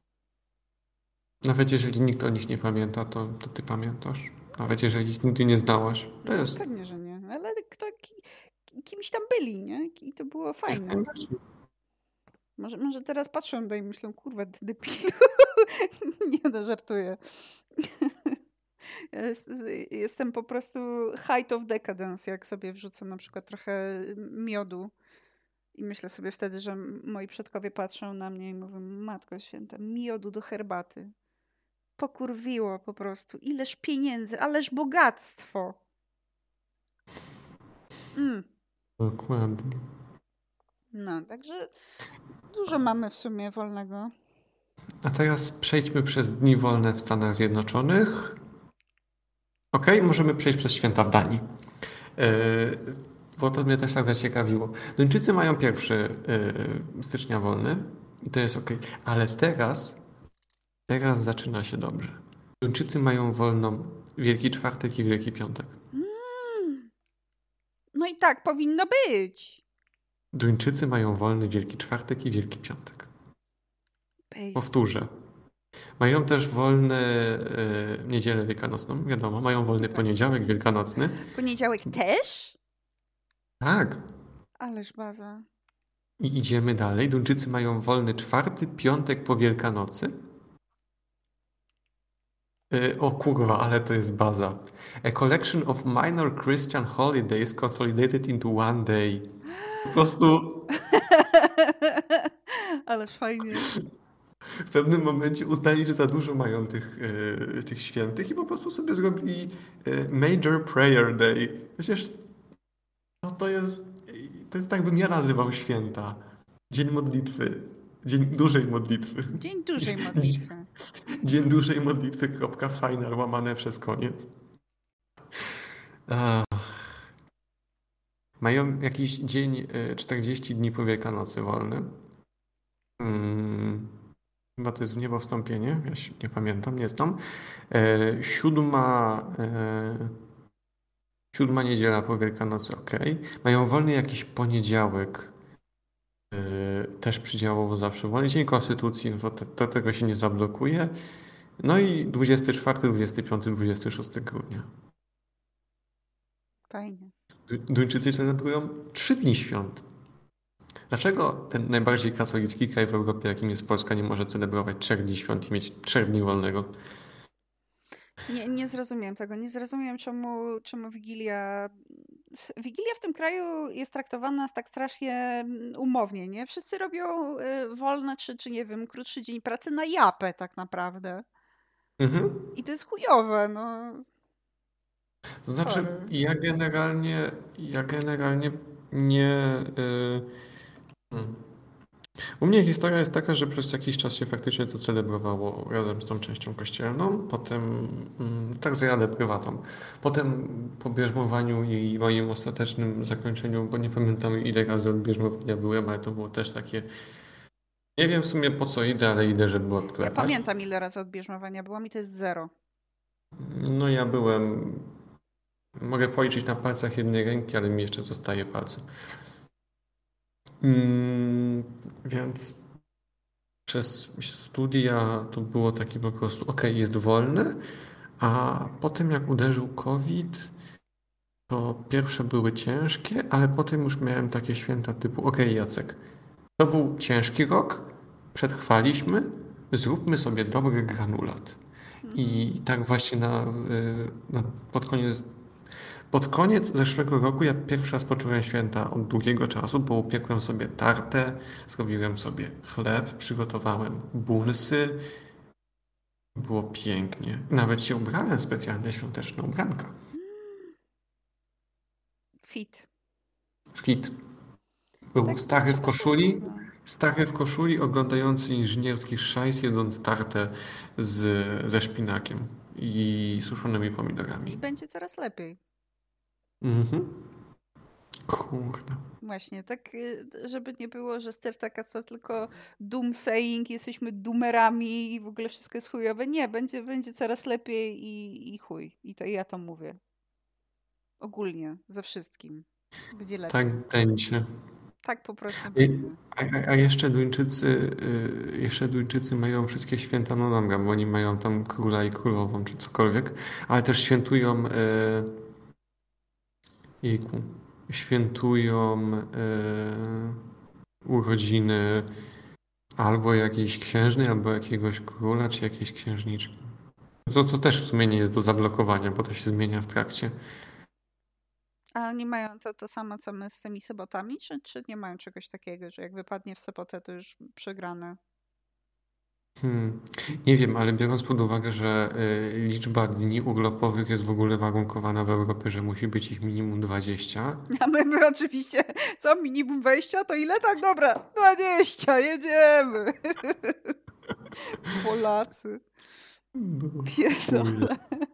Nawet jeżeli nikt o nich nie pamięta, to, to ty pamiętasz. Nawet jeżeli ich nigdy nie znałaś. To No jest pewnie, że nie. Ale kto, ki, ki- kimś tam byli, nie? I to było jak fajne. najbardziej. Może, może teraz patrzą no i myślą, kurwa, ty debilu. Nie no, żartuję. Jestem po prostu height of decadence, jak sobie wrzucę na przykład trochę miodu i myślę sobie wtedy, że moi przodkowie patrzą na mnie i mówią: Matko Święta, miodu do herbaty. Pokurwiło po prostu. Ileż pieniędzy, ależ bogactwo. Mm. Dokładnie. No, także dużo mamy w sumie wolnego. A teraz przejdźmy przez dni wolne w Stanach Zjednoczonych. Okej, okay, możemy przejść przez święta w Danii. Yy, bo to mnie też tak zaciekawiło. Duńczycy mają pierwszy yy, stycznia wolny i to jest okej. Okay. Ale teraz, teraz zaczyna się dobrze. Duńczycy mają wolną Wielki Czwartek i Wielki Piątek. Mm. No i tak powinno być. Duńczycy mają wolny Wielki Czwartek i Wielki Piątek. Base. Powtórzę. Mają też wolny y, niedzielę wielkanocną, wiadomo. Mają wolny tak. Poniedziałek wielkanocny. Poniedziałek też? Tak. Ależ baza. I idziemy dalej. Duńczycy mają wolny czwarty piątek po Wielkanocy. Y, o kurwa, ale to jest baza. A collection of minor Christian holidays consolidated into one day. Po prostu... Ależ fajnie. W pewnym momencie uznali, że za dużo mają tych, e, tych świętych i po prostu sobie zrobili e, Major Prayer Day. Przecież no to jest, to jest tak bym ja nazywał święta. Dzień modlitwy. Dzień dużej modlitwy. Dzień dużej modlitwy. Dzień dużej modlitwy, kropka, final, łamane przez koniec. Ach. Mają jakiś dzień czterdzieści dni po Wielkanocy wolny. Hmm. Chyba to jest w niebo wstąpienie, ja nie pamiętam, nie znam. E, siódma, e, siódma niedziela po Wielkanocy, ok. Mają wolny jakiś poniedziałek, e, też przydziałowo zawsze wolny. Dzień Konstytucji, no to, te, to tego się nie zablokuje. No i dwudziestego czwartego, dwudziestego piątego, dwudziestego szóstego grudnia. Fajnie. Duńczycy celebrują trzy dni świąt. Dlaczego ten najbardziej katolicki kraj w Europie, jakim jest Polska, nie może celebrować trzech dni świąt i mieć trzech dni wolnego? Nie, nie zrozumiem tego. Nie zrozumiem, czemu, czemu Wigilia... Wigilia w tym kraju jest traktowana tak strasznie umownie, nie? Wszyscy robią wolne, czy, czy nie wiem, krótszy dzień pracy na japę tak naprawdę. Mhm. I to jest chujowe, no. To znaczy, Sorry. ja generalnie, ja generalnie nie... Yy, hmm. U mnie historia jest taka, że przez jakiś czas się faktycznie to celebrowało razem z tą częścią kościelną, potem mm, tak zjadę prywatą. Potem po bierzmowaniu i moim ostatecznym zakończeniu, bo nie pamiętam ile razy od bierzmowania byłem, ale to było też takie... Nie wiem w sumie po co idę, ale idę, żeby odklepać. Ja pamiętam ile razy od bierzmowania byłam i to jest zero. No ja byłem... Mogę policzyć na palcach jednej ręki, ale mi jeszcze zostaje palcem. Mm, więc przez studia to było takie po prostu, ok, jest wolny, a potem jak uderzył COVID, to pierwsze były ciężkie, ale potem już miałem takie święta typu, ok, Jacek, to był ciężki rok, przetrwaliśmy, zróbmy sobie dobry granulat. I tak właśnie na, na, pod koniec Pod koniec zeszłego roku ja pierwszy raz poczułem święta od długiego czasu, bo upiekłem sobie tartę, zrobiłem sobie chleb, przygotowałem bunsy. Było pięknie. Nawet się ubrałem specjalnie świąteczną ubranka. Fit. Fit. Był tak, stary w koszuli, stary w koszuli oglądający inżynierski szajs, jedząc tartę z, ze szpinakiem i suszonymi pomidorami. I będzie coraz lepiej. Mhm. Kurde. Właśnie, tak żeby nie było, że Stertaka to tylko doomsaying, jesteśmy doomerami i w ogóle wszystko jest chujowe. Nie, będzie, będzie coraz lepiej i, i chuj. I to ja to mówię. Ogólnie, ze wszystkim. Będzie lepiej. Tak będzie. Tak po prostu I, będzie. A, a jeszcze Duńczycy jeszcze Duńczycy mają wszystkie święta, no dobra, bo oni mają tam króla i królową, czy cokolwiek, ale też świętują e, jejku, świętują e, urodziny albo jakiejś księżnej, albo jakiegoś króla, czy jakiejś księżniczki. To, to też w sumie nie jest do zablokowania, bo to się zmienia w trakcie. A oni mają to, to samo, co my z tymi sobotami, czy, czy nie mają czegoś takiego, że jak wypadnie w sobotę, to już przegrane? Hmm. Nie wiem, ale biorąc pod uwagę, że y, liczba dni urlopowych jest w ogóle warunkowana w Europie, że musi być ich minimum dwadzieścia. A my, my oczywiście, co, minimum wejścia, to ile? Tak, dobra, dwadzieścia, jedziemy. Polacy. No, Pierdolę.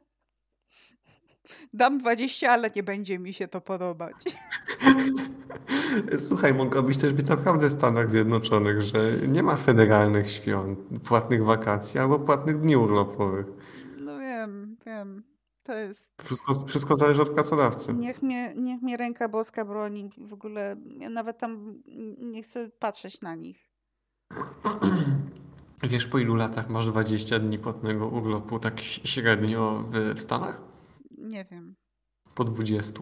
Dam dwadzieścia, ale nie będzie mi się to podobać. Słuchaj, mogłabyś też być naprawdę w Stanach Zjednoczonych, że nie ma federalnych świąt, płatnych wakacji albo płatnych dni urlopowych. No wiem, wiem. To jest... Wszystko, wszystko zależy od pracodawcy. Niech mnie, niech mnie ręka boska broni. W ogóle ja nawet tam nie chcę patrzeć na nich. Wiesz, po ilu latach masz dwadzieścia dni płatnego urlopu, tak średnio w, w Stanach? Nie wiem. Po dwudziestu.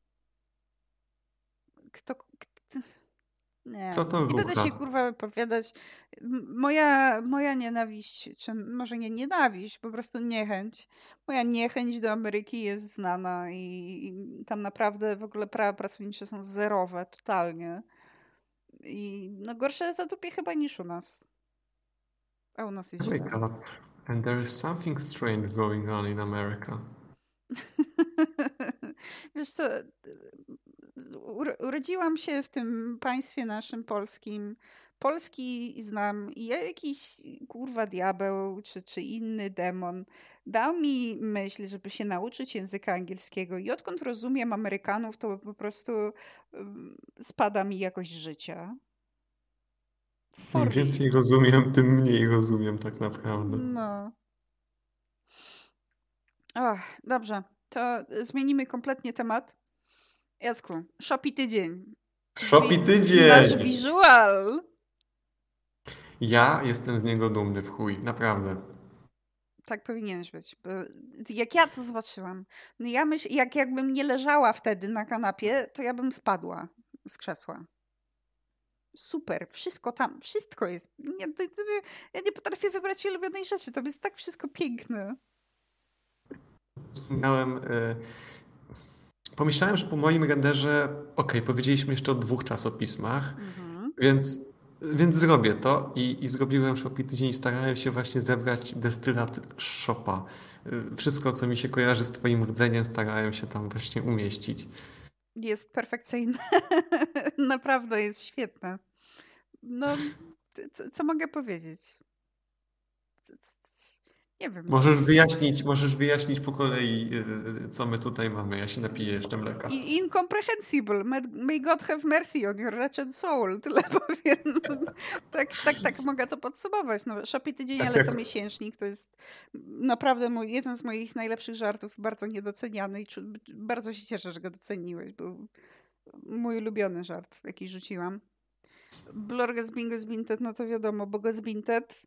Kto... kto... Nie, Co to nie będę rucha? się kurwa wypowiadać. M- Moja, moja nienawiść, czy może nie nienawiść, po prostu niechęć. Moja niechęć do Ameryki jest znana i, i tam naprawdę w ogóle prawa pracownicze są zerowe, totalnie. I no gorsze zatupie chyba niż u nas. A u nas jest Wake źle. up. And there is something strange going on in America. Wiesz co, uro- urodziłam się w tym państwie naszym polskim. Polski znam i ja jakiś kurwa diabeł czy, czy inny demon dał mi myśl, żeby się nauczyć języka angielskiego i odkąd rozumiem Amerykanów, to po prostu um, spada mi jakość życia. Im For real. więcej rozumiem, tym mniej rozumiem tak naprawdę. No. Ach, dobrze, to zmienimy kompletnie temat. Jacku, Shopee tydzień. Shopee Wi- nasz tydzień! visual. Ja jestem z niego dumny w chuj, naprawdę. Tak powinieneś być. Bo jak ja to zobaczyłam, no ja myśl, jak jakbym nie leżała wtedy na kanapie, to ja bym spadła z krzesła. Super, wszystko tam, wszystko jest. Nie, to, to, ja nie potrafię wybrać ulubionej rzeczy, to jest tak wszystko piękne. Miałem... Y Pomyślałem, że po moim renderze, okej, powiedzieliśmy jeszcze o dwóch czasopismach, Mhm. więc, więc zrobię to i, i zrobiłem Shopee tydzień i starałem się właśnie zebrać destylat Shopa. Y, Wszystko, co mi się kojarzy z twoim rdzeniem, starałem się tam właśnie umieścić. Jest perfekcyjne. Naprawdę jest świetne. No, co, co mogę powiedzieć? C- c- c- Nie wiem. Możesz wyjaśnić, możesz wyjaśnić po kolei, y, co my tutaj mamy. Ja się napiję jeszcze mleka. I- Incomprehensible. May- May God have mercy on your wretched soul. Tyle powiem. tak, tak, tak mogę to podsumować. No, Shopee tydzień, Tak ale jak- to miesięcznik. To jest naprawdę mój, jeden z moich najlepszych żartów. Bardzo niedoceniany i czu- bardzo się cieszę, że go doceniłeś. Był mój ulubiony żart, jaki rzuciłam. Blorges Bingo Zbintet, no to wiadomo, bo go Zbintet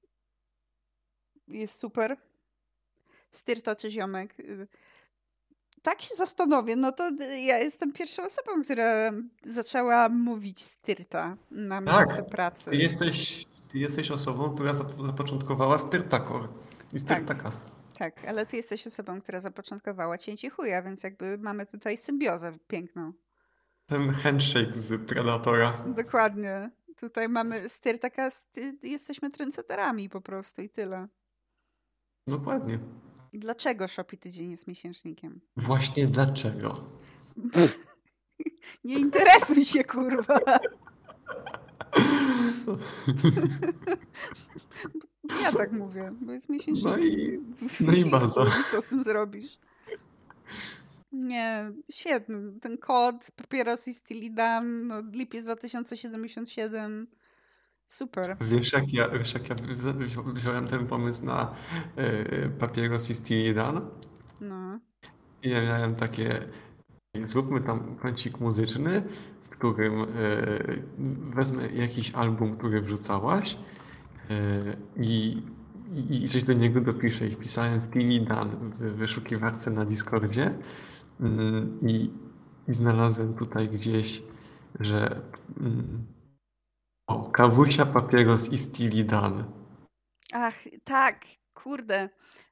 jest super. Styrta czy ziomek. y, Tak się zastanowię, no to y, ja jestem pierwszą osobą, która zaczęła mówić styrta na Tak. miejsce pracy. Ty jesteś, ty jesteś osobą, która zap- zapoczątkowała Styrtakor i Styrtakast. Tak, ale ty jesteś osobą, która zapoczątkowała cięcie chuja, więc jakby mamy tutaj symbiozę piękną. Ten handshake z Predatora. Dokładnie. Tutaj mamy styrtakast, y, jesteśmy trendsetterami po prostu i tyle. Dokładnie. Dlaczego Shopee tydzień jest miesięcznikiem? Właśnie dlaczego? Nie interesuj się, kurwa. Ja tak mówię, bo jest miesięcznik. No i, no i baza. chuj, co z tym zrobisz? Nie, świetny. Ten kod, papieros i Stilidan, no, lipiec dwa tysiące siedemdziesiąt siedem. Super. Wiesz jak ja, wiesz, jak ja wzi- wzi- wziąłem ten pomysł na y, papieros i Stilidan? No. I ja miałem takie, zróbmy tam kącik muzyczny, w którym y, wezmę jakiś album, który wrzucałaś y, i, i, i coś do niego dopiszę. I wpisałem Stilidan w wyszukiwarce na Discordzie y, i, i znalazłem tutaj gdzieś, że mm, o, kawusia, papieros i Stilidan. Ach, tak, kurde.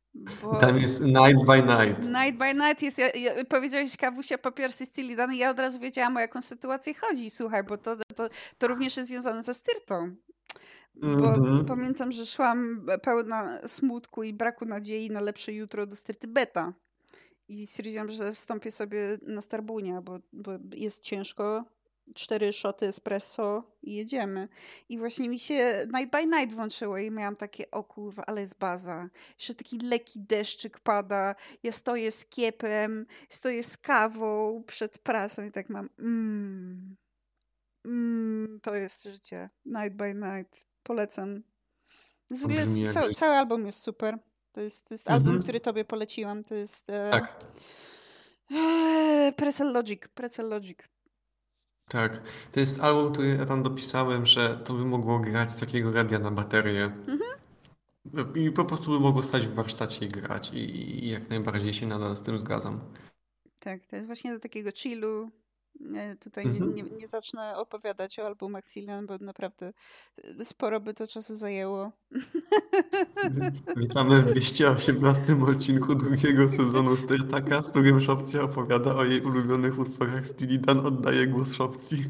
Bo Tam jest Night by Night. Night by Night jest, ja, ja, powiedziałeś Kawusia papiersy styli dany, ja od razu wiedziałam, o jaką sytuację chodzi, słuchaj, bo to, to, to również jest związane ze styrtą. Bo Mhm. pamiętam, że szłam pełna smutku i braku nadziei na lepsze jutro do styrty beta. I stwierdziłam, że wstąpię sobie na Starbunia, bo, bo jest ciężko. Cztery szoty espresso i jedziemy. I właśnie mi się Night by Night włączyło i miałam takie, o kurwa, ale jest baza. Jeszcze taki lekki deszczyk pada. Ja stoję z kiepem, stoję z kawą przed prasą i tak mam, mmm, mm, to jest życie. Night by Night. Polecam. W ogóle Brzmi jest, jak ca- życie. cały album jest super. To jest, to jest album, Mhm. który tobie poleciłam. To jest e, Tak, e, Pretzel Logic. Pretzel Logic. tak. To jest album, który ja tam dopisałem, że to by mogło grać z takiego radia na baterię. Mhm. I po prostu by mogło stać w warsztacie i grać. I, i jak najbardziej się nadal z tym zgadzam. Tak, to jest właśnie do takiego chillu. Nie, tutaj nie, Mhm. nie, nie zacznę opowiadać o albumach Cillian, bo naprawdę e, sporo by to czasu zajęło. Witamy w dwieście osiemnastym odcinku drugiego sezonu Styrtaka, z którym Szopcja opowiada o jej ulubionych utworach. Steely Dan oddaje głos Szopcji.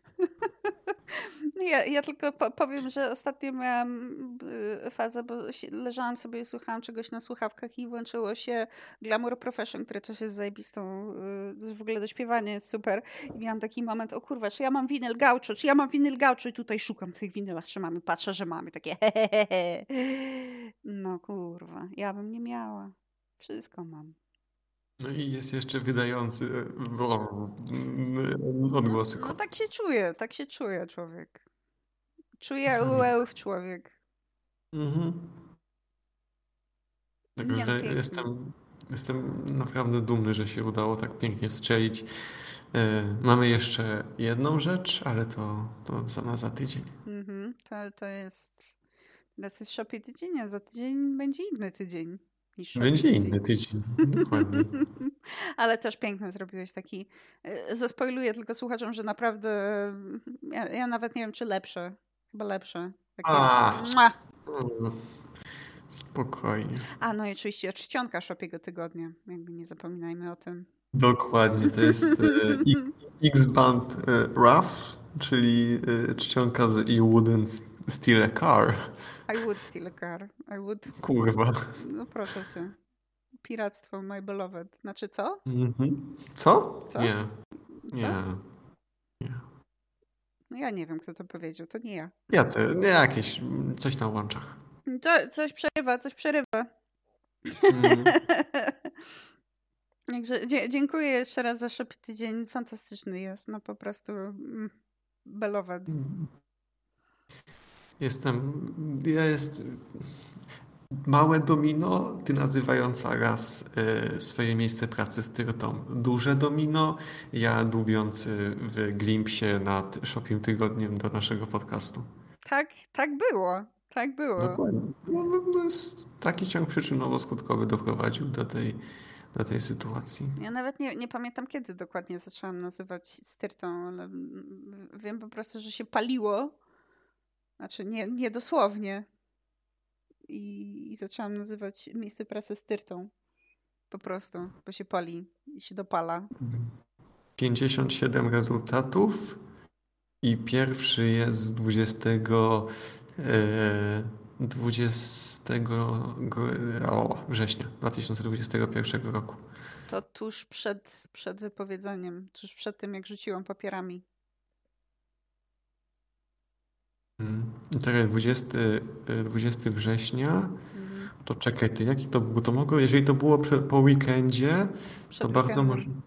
No ja, ja tylko po, powiem, że ostatnio miałam y, fazę, bo się, leżałam sobie i słuchałam czegoś na słuchawkach i włączyło się Glamour Profession, które też jest zajebistą, y, w ogóle do śpiewania jest super. I miałam taki moment, o kurwa, czy ja mam winyl gaucho, czy ja mam winyl gaucho i tutaj szukam w tych winylach, czy mamy, patrzę, że mamy, takie hehehe. No kurwa, ja bym nie miała. Wszystko mam. No i jest jeszcze wydający e, No, odgłosy no kot. tak się czuje, tak się czuje człowiek. Czuje Czasami ułeł tak. w człowiek. Mhm. Nie no, Także pięknie. jestem, jestem naprawdę dumny, że się udało tak pięknie wstrzelić. E, mamy jeszcze jedną rzecz, ale to, to za, na za tydzień. Mhm, to, to jest. Teraz jest Shopee tydzień, a za tydzień będzie inny tydzień niż Shopee Będzie tydzień. inny tydzień. Dokładnie. Ale też piękny zrobiłeś taki. e, Zaspoiluję tylko słuchaczom, że naprawdę. Ja, ja nawet nie wiem, czy lepsze. Chyba lepsze. Takie. A, Mua! mm, spokojnie. A no i oczywiście czcionka Shopiego tygodnia. Jakby nie zapominajmy o tym. Dokładnie, to jest e, I- X-Band e, Rough, czyli e, czcionka z You Wouldn't Steal a Car. I would steal a car. I would. Kurwa. No proszę cię. Piractwo, my beloved. Znaczy co? Mhm. Co? Co? Nie, Co? nie, nie. No ja nie wiem, kto to powiedział. To nie ja. Ja te, nie jakieś, mm, coś na łączach. To, coś przerywa, coś przerywa. Mm. Także dzie- dziękuję jeszcze raz za Shopee tydzień. Fantastyczny jest. No po prostu mm, beloved. Jestem, ja jest małe domino, ty nazywająca raz e, swoje miejsce pracy styrtą duże domino, ja dłubiący w glimpsie nad Shopim Tygodniem do naszego podcastu. Tak, tak było. Tak było. Dokładnie. No, no, no jest taki ciąg przyczynowo-skutkowy doprowadził do tej, do tej sytuacji. Ja nawet nie, nie pamiętam, kiedy dokładnie zaczęłam nazywać styrtą, ale mm, wiem po prostu, że się paliło. Znaczy nie, nie dosłownie. I, I zaczęłam nazywać miejsce pracy styrtą. Po prostu, bo się pali i się dopala. pięćdziesiąt siedem rezultatów i pierwszy jest z dwudziestego, e, dwudziestego gr- o, września dwa tysiące dwudziestego pierwszego roku. To tuż przed, przed wypowiedzeniem, tuż przed tym, jak rzuciłam papierami. Mm. I teraz dwudziestego, e, dwudziestego września, Mhm. to czekaj, to jaki to było? To mogło, jeżeli to było prze, po weekendzie, Przed to bardzo weekendem. może...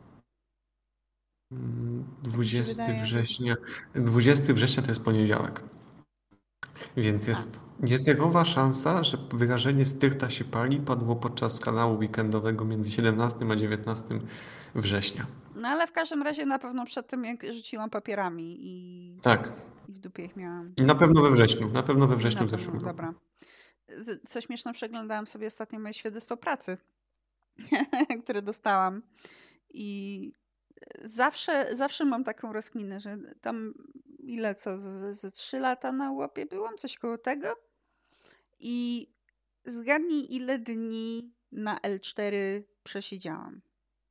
Mm, Tak mi się dwudziestego wydaje. września, dwudziestego września to jest poniedziałek. Więc A. jest, jest zerowa szansa, że wyrażenie styrta się pali padło podczas kanału weekendowego między siedemnastego a dziewiętnastego września. No ale w każdym razie na pewno przed tym, jak rzuciłam papierami i, Tak. i w dupie ich miałam. I na pewno we wrześniu. Na pewno we Na wrześniu w pewno, zeszłym roku. dobra. Z- Co śmieszne, przeglądałam sobie ostatnio moje świadectwo pracy, które dostałam. I zawsze, zawsze mam taką rozkminę, że tam ile co, ze, ze trzy lata na łapie byłam, coś koło tego. I zgadnij, ile dni Na L cztery przesiedziałam.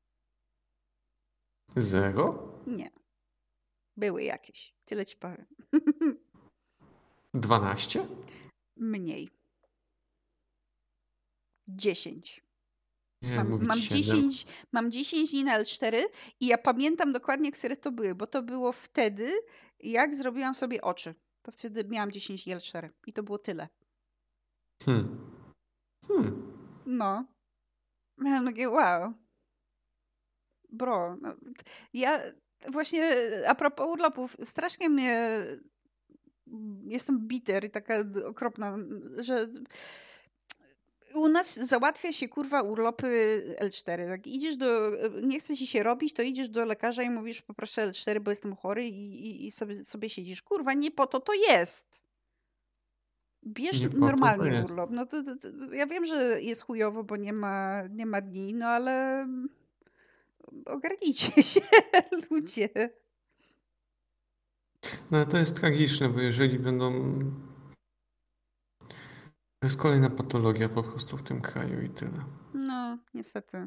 Zero? Nie. Były jakieś. Tyle ci powiem. Dwanaście? Mniej. Dziesięć. Nie, Mam, mówić mam, siedem. dziesięć, mam dziesięć dni na L cztery i ja pamiętam dokładnie, które to były, bo to było wtedy, jak zrobiłam sobie oczy. To wtedy miałam dziesięć dni L cztery i to było tyle. Hmm. Hmm. No. Miałam takie wow. Bro. No, ja właśnie a propos urlopów, strasznie mnie jestem bitter i taka okropna, że u nas załatwia się kurwa urlopy L cztery. Tak idziesz do, nie chce ci się robić, to idziesz do lekarza i mówisz poproszę L cztery, bo jestem chory i, i, i sobie, sobie siedzisz. Kurwa, nie po to to jest. Bierz Nie po to to normalnie jest. urlop. No to, to, to, ja wiem, że jest chujowo, bo nie ma, nie ma dni, no ale ogarnijcie się, ludzie. No ale to jest tragiczne, bo jeżeli będą... To jest kolejna patologia po prostu w tym kraju i tyle. No, niestety.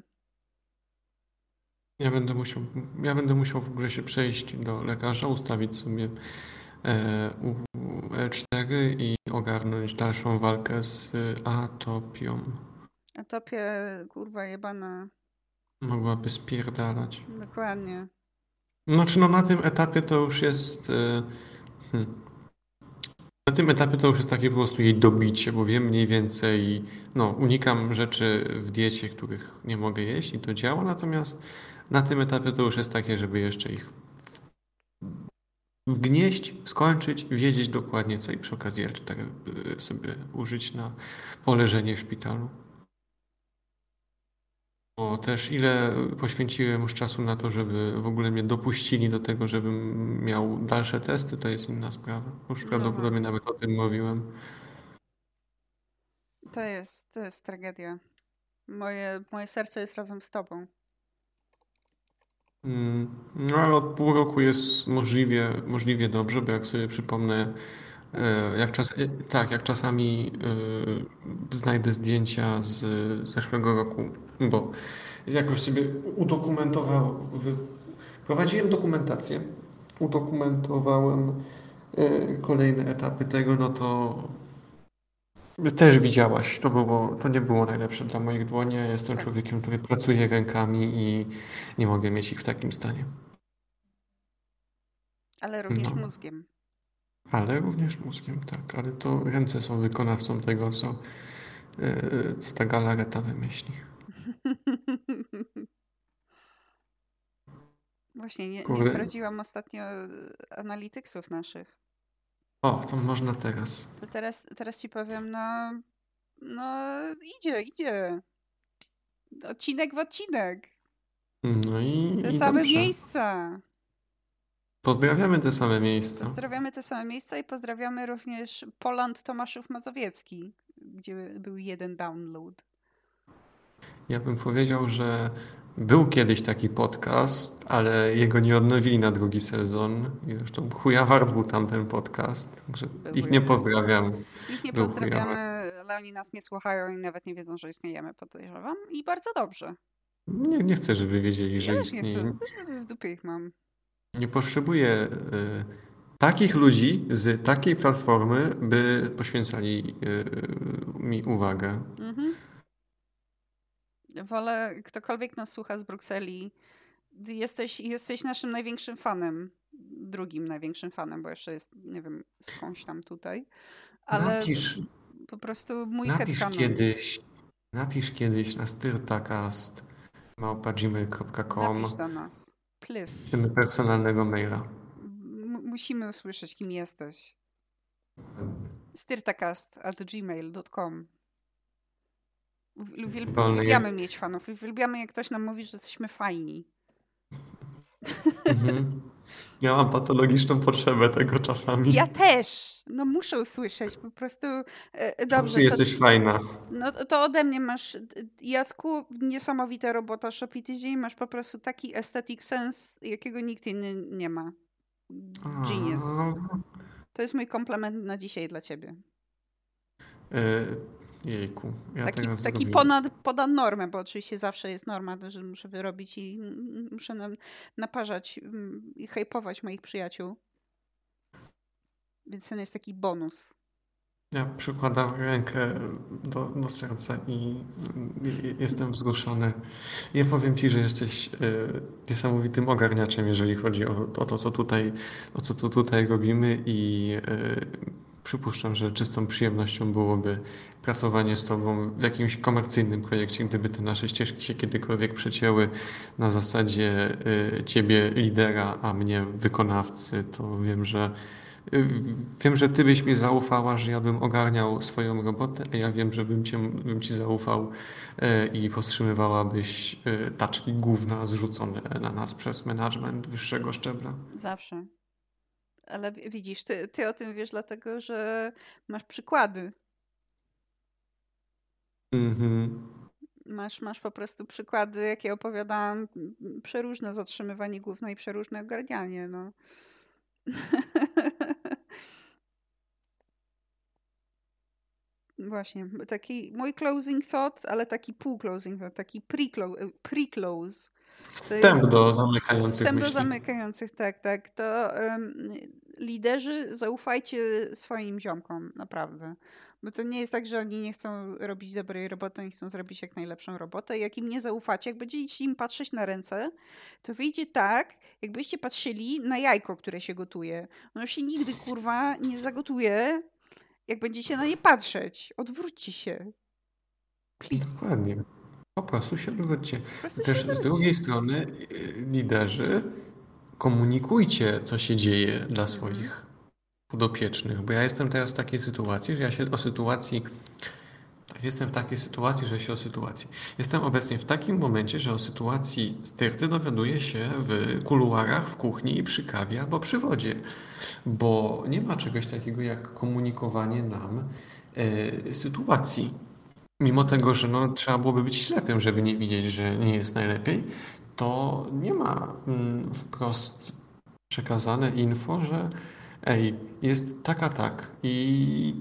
Ja będę musiał, ja będę musiał w ogóle się przejść do lekarza, ustawić sobie e, u- L cztery i ogarnąć dalszą walkę z atopią. Atopia, kurwa jebana. Mogłaby spierdalać. Dokładnie. Znaczy no na tym etapie to już jest... E, hmm. Na tym etapie to już jest takie po prostu jej dobicie, bo wiem mniej więcej, no unikam rzeczy w diecie, których nie mogę jeść i to działa, natomiast na tym etapie to już jest takie, żeby jeszcze ich wgnieść, skończyć, wiedzieć dokładnie co i przy okazji L cztery sobie użyć na poleżenie w szpitalu. Bo też ile poświęciłem już czasu na to, żeby w ogóle mnie dopuścili do tego, żebym miał dalsze testy, to jest inna sprawa. Już prawdopodobnie nawet o tym mówiłem. To jest, to jest tragedia. Moje, moje serce jest razem z tobą. Mm, No ale od pół roku jest możliwie, możliwie dobrze, bo jak sobie przypomnę, e, jak czas, e, tak, jak czasami e, znajdę zdjęcia z zeszłego roku, bo jakoś sobie udokumentował, wy, prowadziłem dokumentację, udokumentowałem e, kolejne etapy tego, no to też widziałaś, to było, to nie było najlepsze dla moich dłoni. Ja jestem Tak. człowiekiem, który pracuje rękami i nie mogę mieć ich w takim stanie. Ale również No. mózgiem. Ale również mózgiem, tak. Ale to ręce są wykonawcą tego, co, yy, co ta galareta wymyśli. Właśnie, nie, nie Kurde. sprawdziłam ostatnio analityksów naszych. O, to można teraz. To teraz, teraz ci powiem, no, no idzie, idzie. Odcinek w odcinek. No i, Te i same dobrze. miejsca. Pozdrawiamy te same miejsca. Pozdrawiamy te same miejsca i pozdrawiamy również Poland Tomaszów Mazowiecki, gdzie był jeden download. Ja bym powiedział, że był kiedyś taki podcast, ale jego nie odnowili na drugi sezon. I zresztą chujawart był tam ten podcast, także Był ich nie chujawart. pozdrawiam. Ich nie Był pozdrawiamy, chujawart. ale oni nas nie słuchają i nawet nie wiedzą, że istniejemy, podejrzewam. I bardzo dobrze. Nie, nie chcę, żeby wiedzieli, że Ja też nie istnieje. chcę, w dupie ich mam. Nie potrzebuję y, takich ludzi z takiej platformy, by poświęcali y, mi uwagę. Mhm. Wolę, ktokolwiek nas słucha z Brukseli, jesteś, jesteś naszym największym fanem. Drugim największym fanem, bo jeszcze jest, nie wiem, skądś tam tutaj. Ale Napisz, po prostu mój napisz headcanon. kiedyś, napisz kiedyś na styrtakast małpa gmail kropka com Napisz do nas. Please. Chcemy personalnego maila. M- musimy usłyszeć, kim jesteś. styrtakast at gmail dot com. Uwielbiamy mieć fanów. Uwielbiamy, jak ktoś nam mówi, że jesteśmy fajni. Mhm. Ja mam patologiczną potrzebę tego czasami. Ja też. No muszę usłyszeć. Po prostu e, dobrze. Ty jesteś to, fajna. no to ode mnie masz, Jacku, niesamowita robota Shopee Tydzień. Masz po prostu taki aesthetic sense, jakiego nikt inny nie ma. Genius. A, To jest mój komplement na dzisiaj dla ciebie. y, Jejku, ja Taki, teraz taki zrobiłem. ponad, ponad normę, bo oczywiście zawsze jest norma, to, że muszę wyrobić i mm, muszę nam naparzać mm, i hejpować moich przyjaciół. Więc ten jest taki bonus. Ja przykładam rękę do, do serca i, i jestem wzruszony. Ja powiem Ci, że jesteś e, niesamowitym ogarniaczem, jeżeli chodzi o, o to, co tutaj, o co tu tutaj robimy i e, przypuszczam, że czystą przyjemnością byłoby pracowanie z Tobą w jakimś komercyjnym projekcie, gdyby te nasze ścieżki się kiedykolwiek przecięły na zasadzie e, Ciebie lidera, a mnie wykonawcy, to wiem, że Wiem, że ty byś mi zaufała, że ja bym ogarniał swoją robotę, a ja wiem, że bym, cię, bym ci zaufał e, i powstrzymywałabyś e, taczki gówna zrzucone na nas przez management wyższego szczebla. Zawsze. Ale wi- widzisz, ty, ty o tym wiesz dlatego, że masz przykłady. Mhm. Masz, masz po prostu przykłady, jakie opowiadałam, m, przeróżne zatrzymywanie gówna i przeróżne ogarnianie, no. Właśnie, taki mój closing thought, ale taki pół closing thought, taki pre-close, pre-close. To Wstęp jest do zamykających wstęp do myśli. zamykających, tak, tak. To um, liderzy, zaufajcie swoim ziomkom, naprawdę. Bo to nie jest tak, że oni nie chcą robić dobrej roboty, oni chcą zrobić jak najlepszą robotę. Jak im nie zaufacie, jak będziecie im patrzeć na ręce, to wyjdzie tak, jakbyście patrzyli na jajko, które się gotuje. Ono się nigdy, kurwa, nie zagotuje, jak będziecie na nie patrzeć. Odwróćcie się. Please. Dokładnie. Po prostu się odwróćcie. Po prostu się Też z odwróćcie. drugiej strony y, liderzy komunikujcie, co się dzieje dla Mhm. swoich podopiecznych, bo ja jestem teraz w takiej sytuacji, że ja się o sytuacji Jestem w takiej sytuacji, że się o sytuacji. Jestem obecnie w takim momencie, że o sytuacji styrty dowiaduję się w kuluarach, w kuchni i przy kawie albo przy wodzie, bo nie ma czegoś takiego jak komunikowanie nam e, sytuacji. Mimo tego, że no, trzeba byłoby być ślepym, żeby nie widzieć, że nie jest najlepiej, to nie ma mm, wprost przekazane info, że ej, jest tak a tak i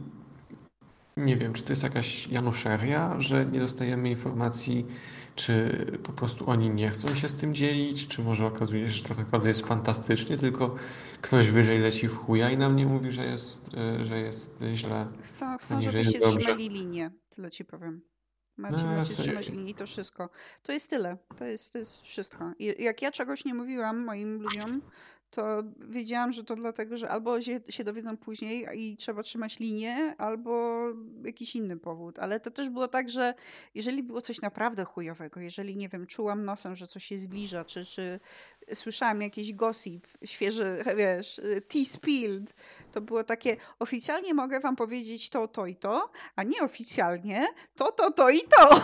nie wiem, czy to jest jakaś januszeria, że nie dostajemy informacji, czy po prostu oni nie chcą się z tym dzielić, czy może okazuje się, że to tak naprawdę jest fantastycznie, tylko ktoś wyżej leci w chuja i nam nie mówi, że jest, y, że jest źle, Chcą, chcą, ani że jest żebyście dobrze. trzymali linię. Tyle ci powiem. Macie, No, ja macie sobie, trzymać linię i to wszystko. To jest tyle. To jest, to jest wszystko. I jak ja czegoś nie mówiłam moim ludziom, to wiedziałam, że to dlatego, że albo się, się dowiedzą później i trzeba trzymać linię, albo jakiś inny powód. Ale to też było tak, że jeżeli było coś naprawdę chujowego, jeżeli, nie wiem, czułam nosem, że coś się zbliża, czy, czy słyszałam jakiś gossip, świeży, wiesz, tea spilled, to było takie, oficjalnie mogę wam powiedzieć to, to i to, a nieoficjalnie to, to, to i to.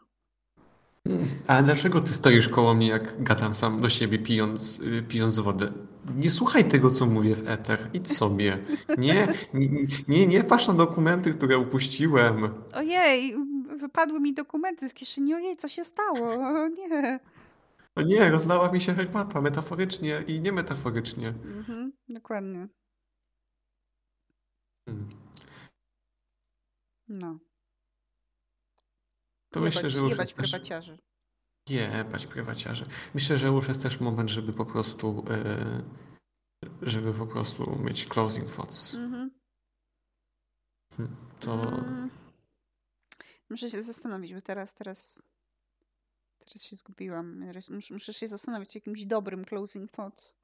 ale dlaczego ty stoisz koło mnie, jak gadam sam do siebie, pijąc, y, pijąc wodę? Nie słuchaj tego, co mówię w eter. Idź sobie. Nie, nie, nie, nie patrz na dokumenty, które upuściłem. Ojej, wypadły mi dokumenty z kieszeni. Ojej, co się stało? O nie. O nie, rozlała mi się herbata, metaforycznie i niemetaforycznie. Mhm, dokładnie. Hmm. No. To myślę, że Jebać, już jebać jest też... prywaciarzy. Jebać prywaciarze. Myślę, że już jest też moment, żeby po prostu e, żeby po prostu mieć closing thoughts. Mhm. Hmm. To Mm, muszę się zastanowić, bo teraz, teraz, teraz się zgubiłam. Teraz Muszę, muszę się zastanowić jakimś dobrym closing thoughts.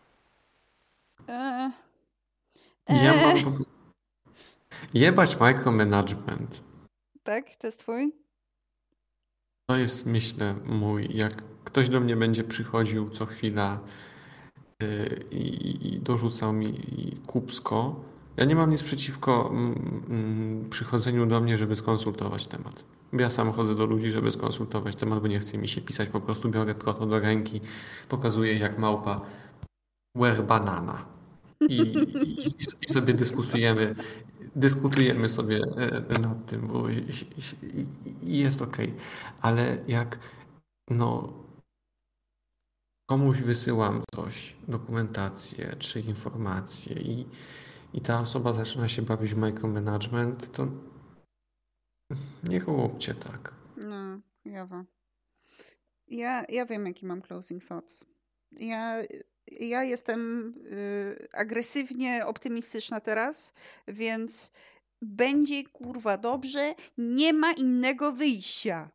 Eee, ja mam eee. po... Jebać micromanagement. Tak, to jest twój? To jest, myślę, mój. Jak ktoś do mnie będzie przychodził co chwila y, i, i dorzucał mi kupsko, ja nie mam nic przeciwko mm, mm, przychodzeniu do mnie, żeby skonsultować temat. Ja sam chodzę do ludzi, żeby skonsultować temat, bo nie chce mi się pisać, po prostu biorę proto do ręki, pokazuję jak małpa where banana i, i, i sobie dyskutujemy, dyskutujemy sobie e, nad tym, bo i- i- i jest okej. Ale jak no komuś wysyłam coś, dokumentację czy informację i, i ta osoba zaczyna się bawić w micromanagement, to Nie róbcie tak. No, jawa. Ja, ja wiem, jaki mam closing thoughts. Ja, ja jestem y, agresywnie optymistyczna teraz, więc będzie kurwa dobrze. Nie ma innego wyjścia.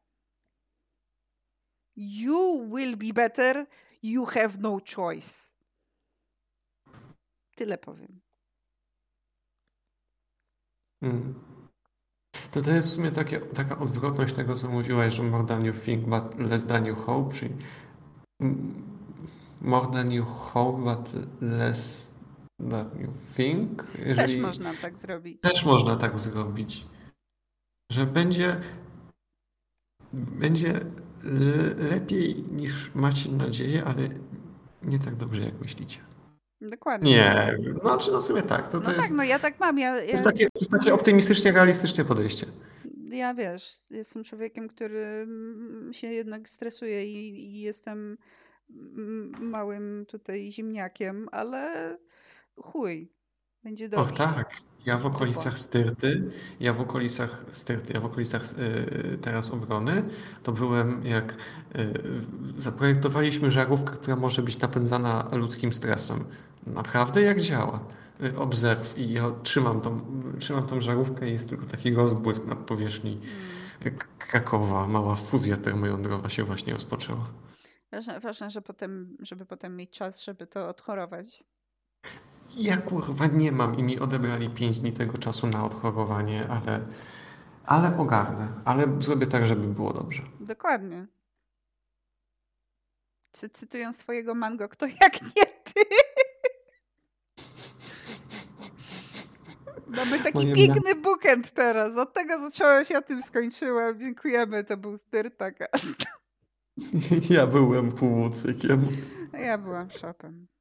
You will be better. You have no choice. Tyle powiem. Mm. To to jest w sumie takie, taka odwrotność tego, co mówiłaś, że more than you think, but less than you hope, czyli mm, more than you hope, but less than you think. Też Jeżeli można tak zrobić. też można tak zrobić, że będzie, będzie le- lepiej niż macie nadzieję, ale nie tak dobrze, jak myślicie. Dokładnie. Nie, no czy no w sumie tak. To, to No jest, tak, no ja tak mam. Ja, to jest ja, takie, to jest takie optymistycznie realistyczne podejście. ja wiesz, jestem człowiekiem, który mm, się jednak stresuje i, i jestem mm, małym tutaj ziemniakiem, ale chuj, będzie Och dobrze. tak, ja w Dupa. okolicach Styrty, ja w okolicach Styrty, ja w okolicach y, teraz obrony, to byłem jak y, zaprojektowaliśmy żarówkę, która może być napędzana ludzkim stresem. Naprawdę jak działa? Y, Obserw i ja trzymam tą, trzymam tą żarówkę i jest tylko taki rozbłysk nad powierzchni Mm. K- Krakowa. Mała fuzja termojądrowa się właśnie rozpoczęła. Ważne, ważne że potem, żeby potem mieć czas, żeby to odchorować. Ja kurwa nie mam i mi odebrali pięć dni tego czasu na odchorowanie, ale, ale ogarnę. Ale zrobię tak, żeby było dobrze. Dokładnie. Cy- cytując twojego mango, kto jak nie ty? Mamy taki Moje piękny bookend teraz. Od tego zacząłeś, ja tym skończyłem. Dziękujemy, to był Styrtakast. Ja byłem kłócykiem. Ja byłam szopem.